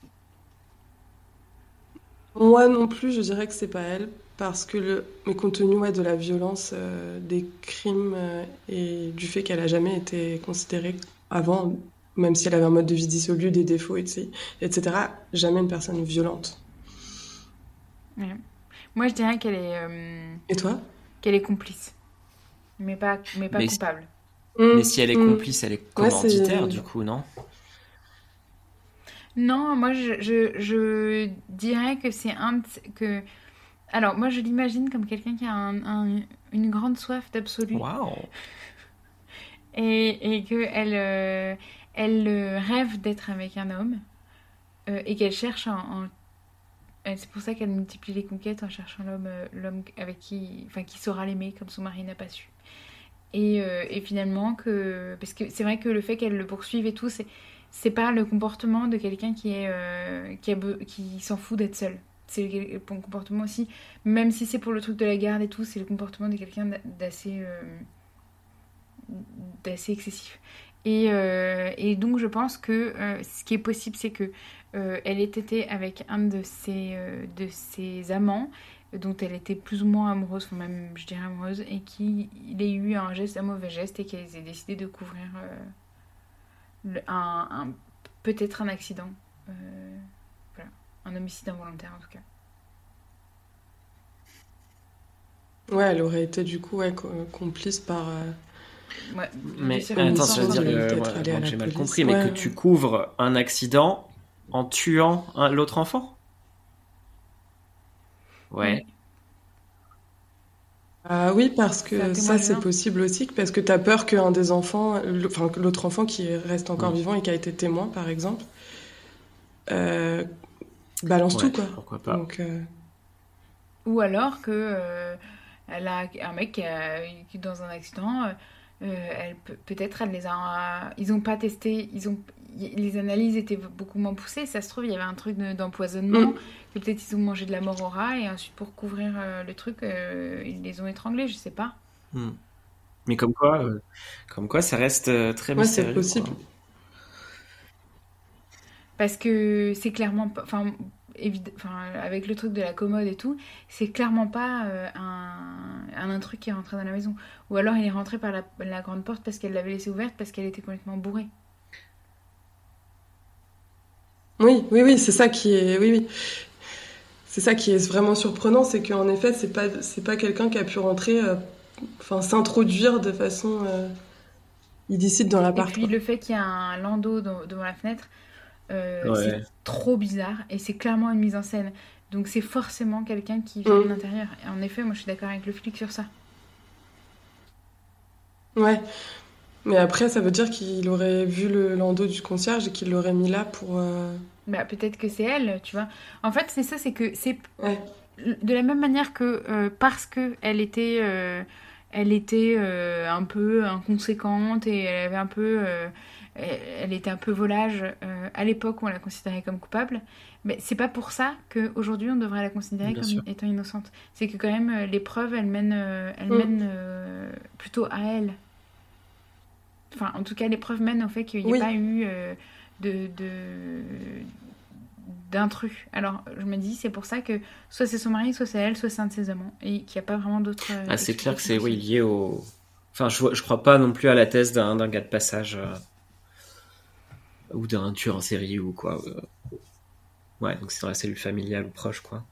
Moi non plus, je dirais que c'est pas elle, parce que mais compte tenu ouais, de la violence des crimes et du fait qu'elle a jamais été considérée avant, même si elle avait un mode de vie dissolu, des défauts, etc., jamais une personne violente. Ouais. Moi, je dirais Et toi? qu'elle est complice, mais pas Mais, coupable. mais si elle est complice, elle est Ouais, commanditaire, du coup, non? Non, moi, je dirais que c'est que. Alors, moi, je l'imagine comme quelqu'un qui a une grande soif d'absolu Waouh! et que elle rêve d'être avec un homme et qu'elle cherche c'est pour ça qu'elle multiplie les conquêtes en cherchant l'homme avec enfin, qui saura l'aimer comme son mari n'a pas su. Et finalement parce que c'est vrai que le fait qu'elle le poursuive et tout, c'est pas le comportement de quelqu'un qui s'en fout d'être seul. C'est le comportement aussi, même si c'est pour le truc de la garde et tout, c'est le comportement de quelqu'un d'assez excessif. Et donc je pense que ce qui est possible, c'est que elle ait été avec un de ses amants dont elle était plus ou moins amoureuse, enfin même je dirais amoureuse, et qu'il ait eu un mauvais geste et qu'elle ait décidé de couvrir peut-être un accident. Euh, voilà, un homicide involontaire en tout cas. Ouais, elle aurait été du coup ouais, complice par Ouais, de Mais attends, ça circonstances veut dire d'être allée à moi que la j'ai mal police. compris, mais que Ouais. tu couvres un accident en tuant l'autre enfant? Ouais. Oui, Ah oui, parce c'est un que ça, c'est témoignage. possible aussi, parce que t'as peur qu'un des enfants, enfin, que l'autre enfant qui reste encore Mm. vivant et qui a été témoin, par exemple, euh, balance Ouais, tout, quoi. pourquoi pas. Donc, Ou alors que elle a un mec qui est dans un accident, peut-être elle les a, ils ont pas testé, les analyses étaient beaucoup moins poussées. Ça se trouve il y avait un truc d'empoisonnement, mm. que peut-être ils ont mangé de la mort au rat et ensuite pour couvrir le truc, ils les ont étranglés, je sais pas. Mm. Mais comme quoi, ça reste très Ouais, c'est mystérieux, quoi. possible. Parce que c'est clairement pas, enfin, avec le truc de la commode et tout, c'est clairement pas un intrus qui est rentré dans la maison. Ou alors il est rentré par la grande porte parce qu'elle l'avait laissée ouverte parce qu'elle était complètement bourrée. Oui, oui, oui, c'est ça qui est. Oui, oui. c'est ça qui est vraiment surprenant, c'est qu'en effet, c'est pas quelqu'un qui a pu rentrer, s'introduire de façon illicite dans Et l'appart, puis quoi. le fait qu'il y a un landau devant la fenêtre, c'est Ouais. trop bizarre et c'est clairement une mise en scène. Donc c'est forcément quelqu'un qui vient de Mm. l'intérieur. Et en effet, moi je suis d'accord avec le flic sur ça. Ouais. Mais après, ça veut dire qu'il aurait vu le landau du concierge et qu'il l'aurait mis là pour. Bah peut-être que c'est elle, tu vois. En fait, c'est ça, c'est que c'est Ouais. de la même manière que parce que elle était un peu inconséquente et elle avait un peu, elle était un peu volage à l'époque où on la considérait comme coupable. Mais c'est pas pour ça qu'aujourd'hui on devrait la considérer Bien comme sûr. étant innocente. C'est que quand même les preuves elles Mm. mènent plutôt à elle. Enfin, en tout cas, les preuves mènent au fait qu'il n'y ait Oui. pas eu de d'intrus. Alors, je me dis, c'est pour ça que soit c'est son mari, soit c'est elle, soit c'est un de ses amants. Et qu'il n'y a pas vraiment d'autres Ah, c'est clair que explications c'est oui, possibles. lié au. Enfin, je crois pas non plus à la thèse d'un gars de passage ou d'un tueur en série ou quoi. Ouais, donc c'est dans la cellule familiale ou proche, quoi.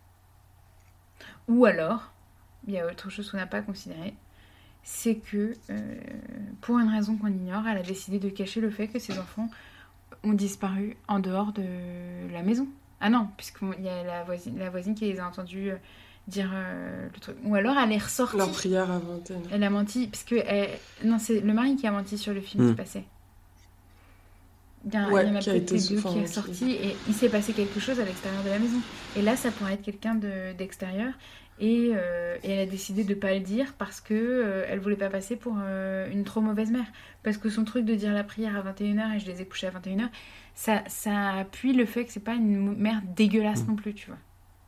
Ou alors, il y a autre chose qu'on n'a pas considéré, c'est que, pour une raison qu'on ignore, elle a décidé de cacher le fait que ses enfants ont disparu en dehors de la maison. Ah non, puisqu'il y a la voisine qui les a entendus dire le truc. Ou alors elle est ressortie. Leur prière à 21h. Elle a menti, parce que non, c'est le mari qui a menti sur le film qui passait. Il y en Ouais, a qui a peut-être été deux qui est sorti et il s'est passé quelque chose à l'extérieur de la maison. Et là, ça pourrait être quelqu'un d'extérieur. Et elle a décidé de pas le dire parce que elle voulait pas passer pour une trop mauvaise mère. Parce que son truc de dire la prière à 21h et je les ai couchés à 21h, ça appuie le fait que c'est pas une mère dégueulasse non plus, tu vois.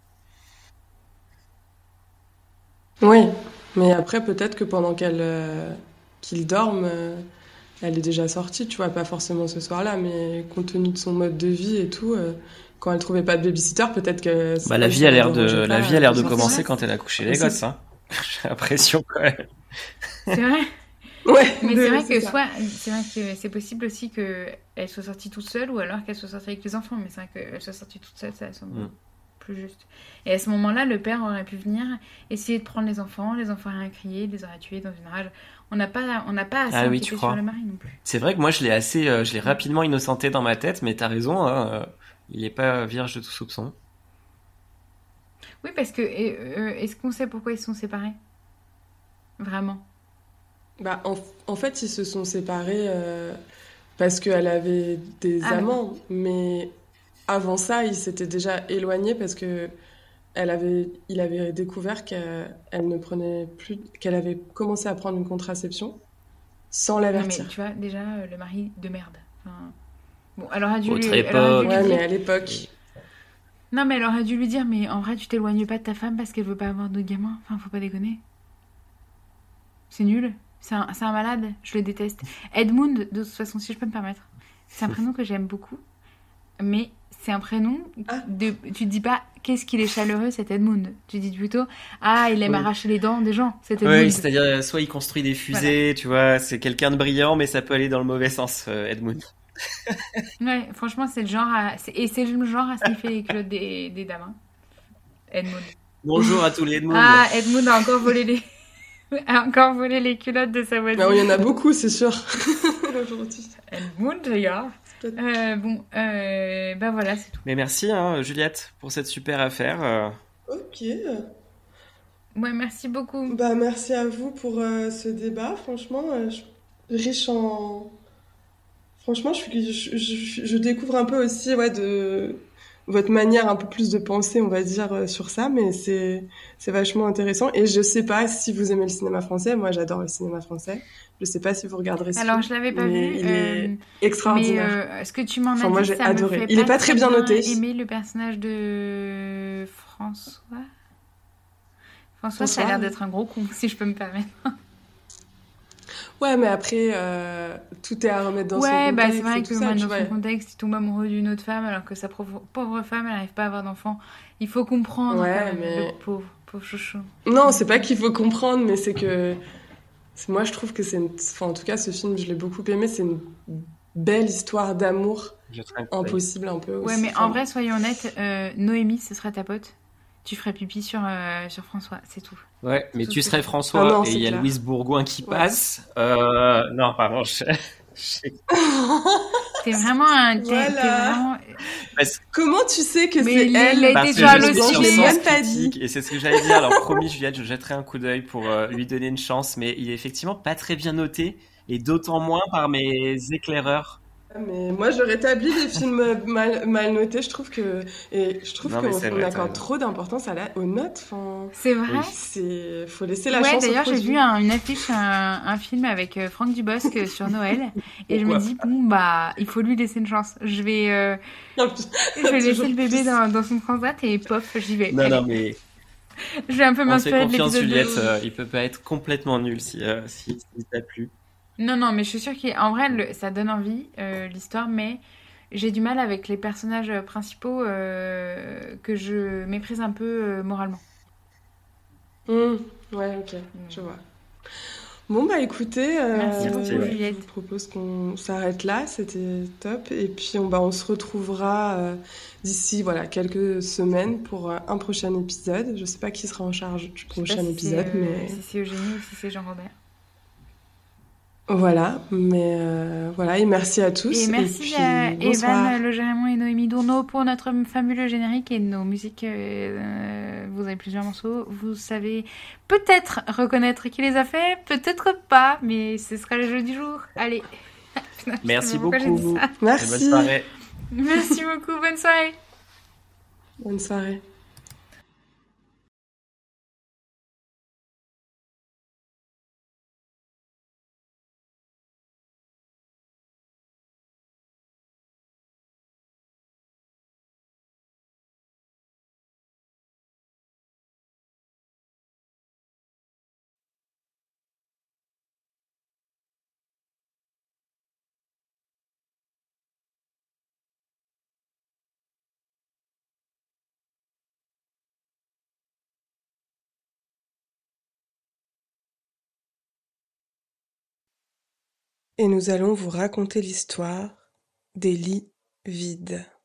Oui, mais après, peut-être que pendant qu'il dorme, elle est déjà sortie, tu vois, pas forcément ce soir-là, mais compte tenu de son mode de vie et tout, quand elle trouvait pas de babysitter, peut-être que Bah, la elle, vie a ça la l'air dérangeait la pas vie a l'air de de Mais c'est sortir. commencer vrai, quand elle a couché les Possible. gosses, hein. J'ai l'impression quand même. c'est vrai. Ouais, Mais c'est vrai c'est que ça. c'est vrai que c'est possible aussi qu'elle soit sortie toute seule ou alors qu'elle soit sortie avec les enfants. Mais c'est vrai qu'elle soit sortie toute seule, ça semble plus juste. Et à ce moment-là, le père aurait pu venir essayer de prendre les enfants auraient crié, les auraient tués dans une rage. On n'a pas assez Ah oui, tu enquêté sur crois. le mari non plus. C'est vrai que moi je l'ai rapidement innocenté dans ma tête, mais t'as raison, hein, il est pas vierge de tout soupçon. Oui, parce que est-ce qu'on sait pourquoi ils se sont séparés? Vraiment? Bah, en fait, ils se sont séparés parce qu'elle avait des Ah d'accord. amants, mais avant ça, ils s'étaient déjà éloignés parce que il avait découvert qu'elle ne prenait plus, qu'elle avait commencé à prendre une contraception sans Non mais l'avertir. tu vois, déjà, le mari de merde. Enfin, bon, Autre elle aurait dû lui Ouais, époque. mais dire. à l'époque, Non mais elle aurait dû lui dire, mais en vrai, tu t'éloignes pas de ta femme parce qu'elle veut pas avoir de gamin. Enfin, faut pas déconner. C'est nul. C'est un malade. Je le déteste. Edmund, de toute façon, si je peux me permettre, c'est un prénom que j'aime beaucoup. Mais c'est un prénom ah, tu te dis pas qu'est-ce qu'il est chaleureux cet Edmund. Tu dis plutôt ah il aime Oui. arracher les dents des gens cet Oui, Edmund. c'est-à-dire soit il construit des Voilà. fusées, tu vois, c'est quelqu'un de brillant, mais ça peut aller dans le mauvais sens, Edmund. Ouais, franchement c'est le genre et c'est le genre à sniffer les culottes des dames. Hein. Edmund. Bonjour à tous les Edmund. Ah Edmund a encore volé les a encore volé les culottes de sa voisine. bah, il y en a beaucoup, c'est sûr, aujourd'hui. Edmund, regarde. Bon, bah voilà, c'est tout. Mais merci, hein, Juliette, pour cette super affaire. Ok. Ouais, merci beaucoup. Bah, merci à vous pour ce débat. Franchement, riche en. Franchement, je découvre un peu aussi ouais, de votre manière un peu plus de penser, on va dire, sur ça, mais c'est vachement intéressant. Et je sais pas si vous aimez le cinéma français. Moi, j'adore le cinéma français. Je sais pas si vous regarderez ce Alors, film, je l'avais pas mais vu, il est mais extraordinaire. ce que tu m'en as Enfin, moi, dit, j'ai ça me adoré. fait Il est pas très bien noté. aimer le personnage de François. François, ça a l'air François. d'être un gros con, si je peux me permettre. Ouais, mais après, tout est à remettre dans son Ouais, bah contexte c'est vrai et que tout ça, moi, tu dans vois. son contexte, il tombe amoureux d'une autre femme alors que sa pauvre femme, elle n'arrive pas à avoir d'enfant. Il faut comprendre quand Ouais, même, le mais... pauvre chouchou. Non, c'est pas qu'il faut comprendre, mais c'est que... Moi, je trouve que Enfin, en tout cas, ce film, je l'ai beaucoup aimé. C'est une belle histoire d'amour Je te raconte. impossible un peu Ouais, aussi. mais en Enfin, vrai, soyons honnêtes, Noémie, ce sera ta pote. tu ferais pipi sur François, c'est tout. Ouais, mais Tout ce tu que je serais sais. Ah François non, et il c'est y a clair. Louise Bourgoin qui Ouais. passe. Non, pardon. Je- T'es vraiment un. T'es Voilà. vraiment. parce, Comment tu sais que Mais c'est il a elle, été parce que sur je le suis Bourgoin? sur Je l'ai ciné. Sens même pas dit. Critique et c'est ce que j'allais dire. Alors promis, Juliette, je jetterai un coup d'œil pour lui donner une chance, mais il est effectivement pas très bien noté et d'autant moins par mes éclaireurs. Mais moi, je rétablis les films mal notés. Je trouve Non, mais c'est qu'on vrai, t'as accorde raison. trop d'importance aux notes. Enfin, C'est vrai? Oui. faut laisser la Ouais, chance au d'ailleurs, j'ai vu produit. une affiche, un film avec Franck Dubosc sur Noël. Et je me Pourquoi? dis, bon, bah, il faut lui laisser une chance. Je vais laisser Toujours le bébé plus. dans son transat et pof, j'y vais. Non, non, Allez. mais Je vais un peu on te fait m'inspirer de confiance, l'épisode 2. Juliette. Il peut pas être complètement nul si t'as plu. Non, non, mais je suis sûre qu'en vrai, ça donne envie, l'histoire, mais j'ai du mal avec les personnages principaux que je méprise un peu moralement. Hmm, ouais, ok, je vois. Bon, bah écoutez, Merci Merci, beaucoup, ouais. je vous Juliette. propose qu'on s'arrête là, c'était top. Et puis on se retrouvera d'ici voilà, quelques semaines pour un prochain épisode. Je sais pas qui sera en charge du Je sais pas prochain épisode, mais si c'est Eugénie ou si c'est Jean-Robert. voilà. Mais voilà, et merci à Et tous. Et merci puis à Evan bonsoir. Le Gérémon et Noémie Dourneau pour notre fabuleux générique et nos musiques. Vous avez plusieurs morceaux. Vous savez peut-être reconnaître qui les a fait, peut-être pas, mais ce sera le jeu du jour. Allez. Putain, je sais pas Merci pourquoi j'ai dit beaucoup ça. et bonne Merci. soirée. Merci beaucoup, bonne soirée. Bonne soirée. Et nous allons vous raconter l'histoire des lits vides.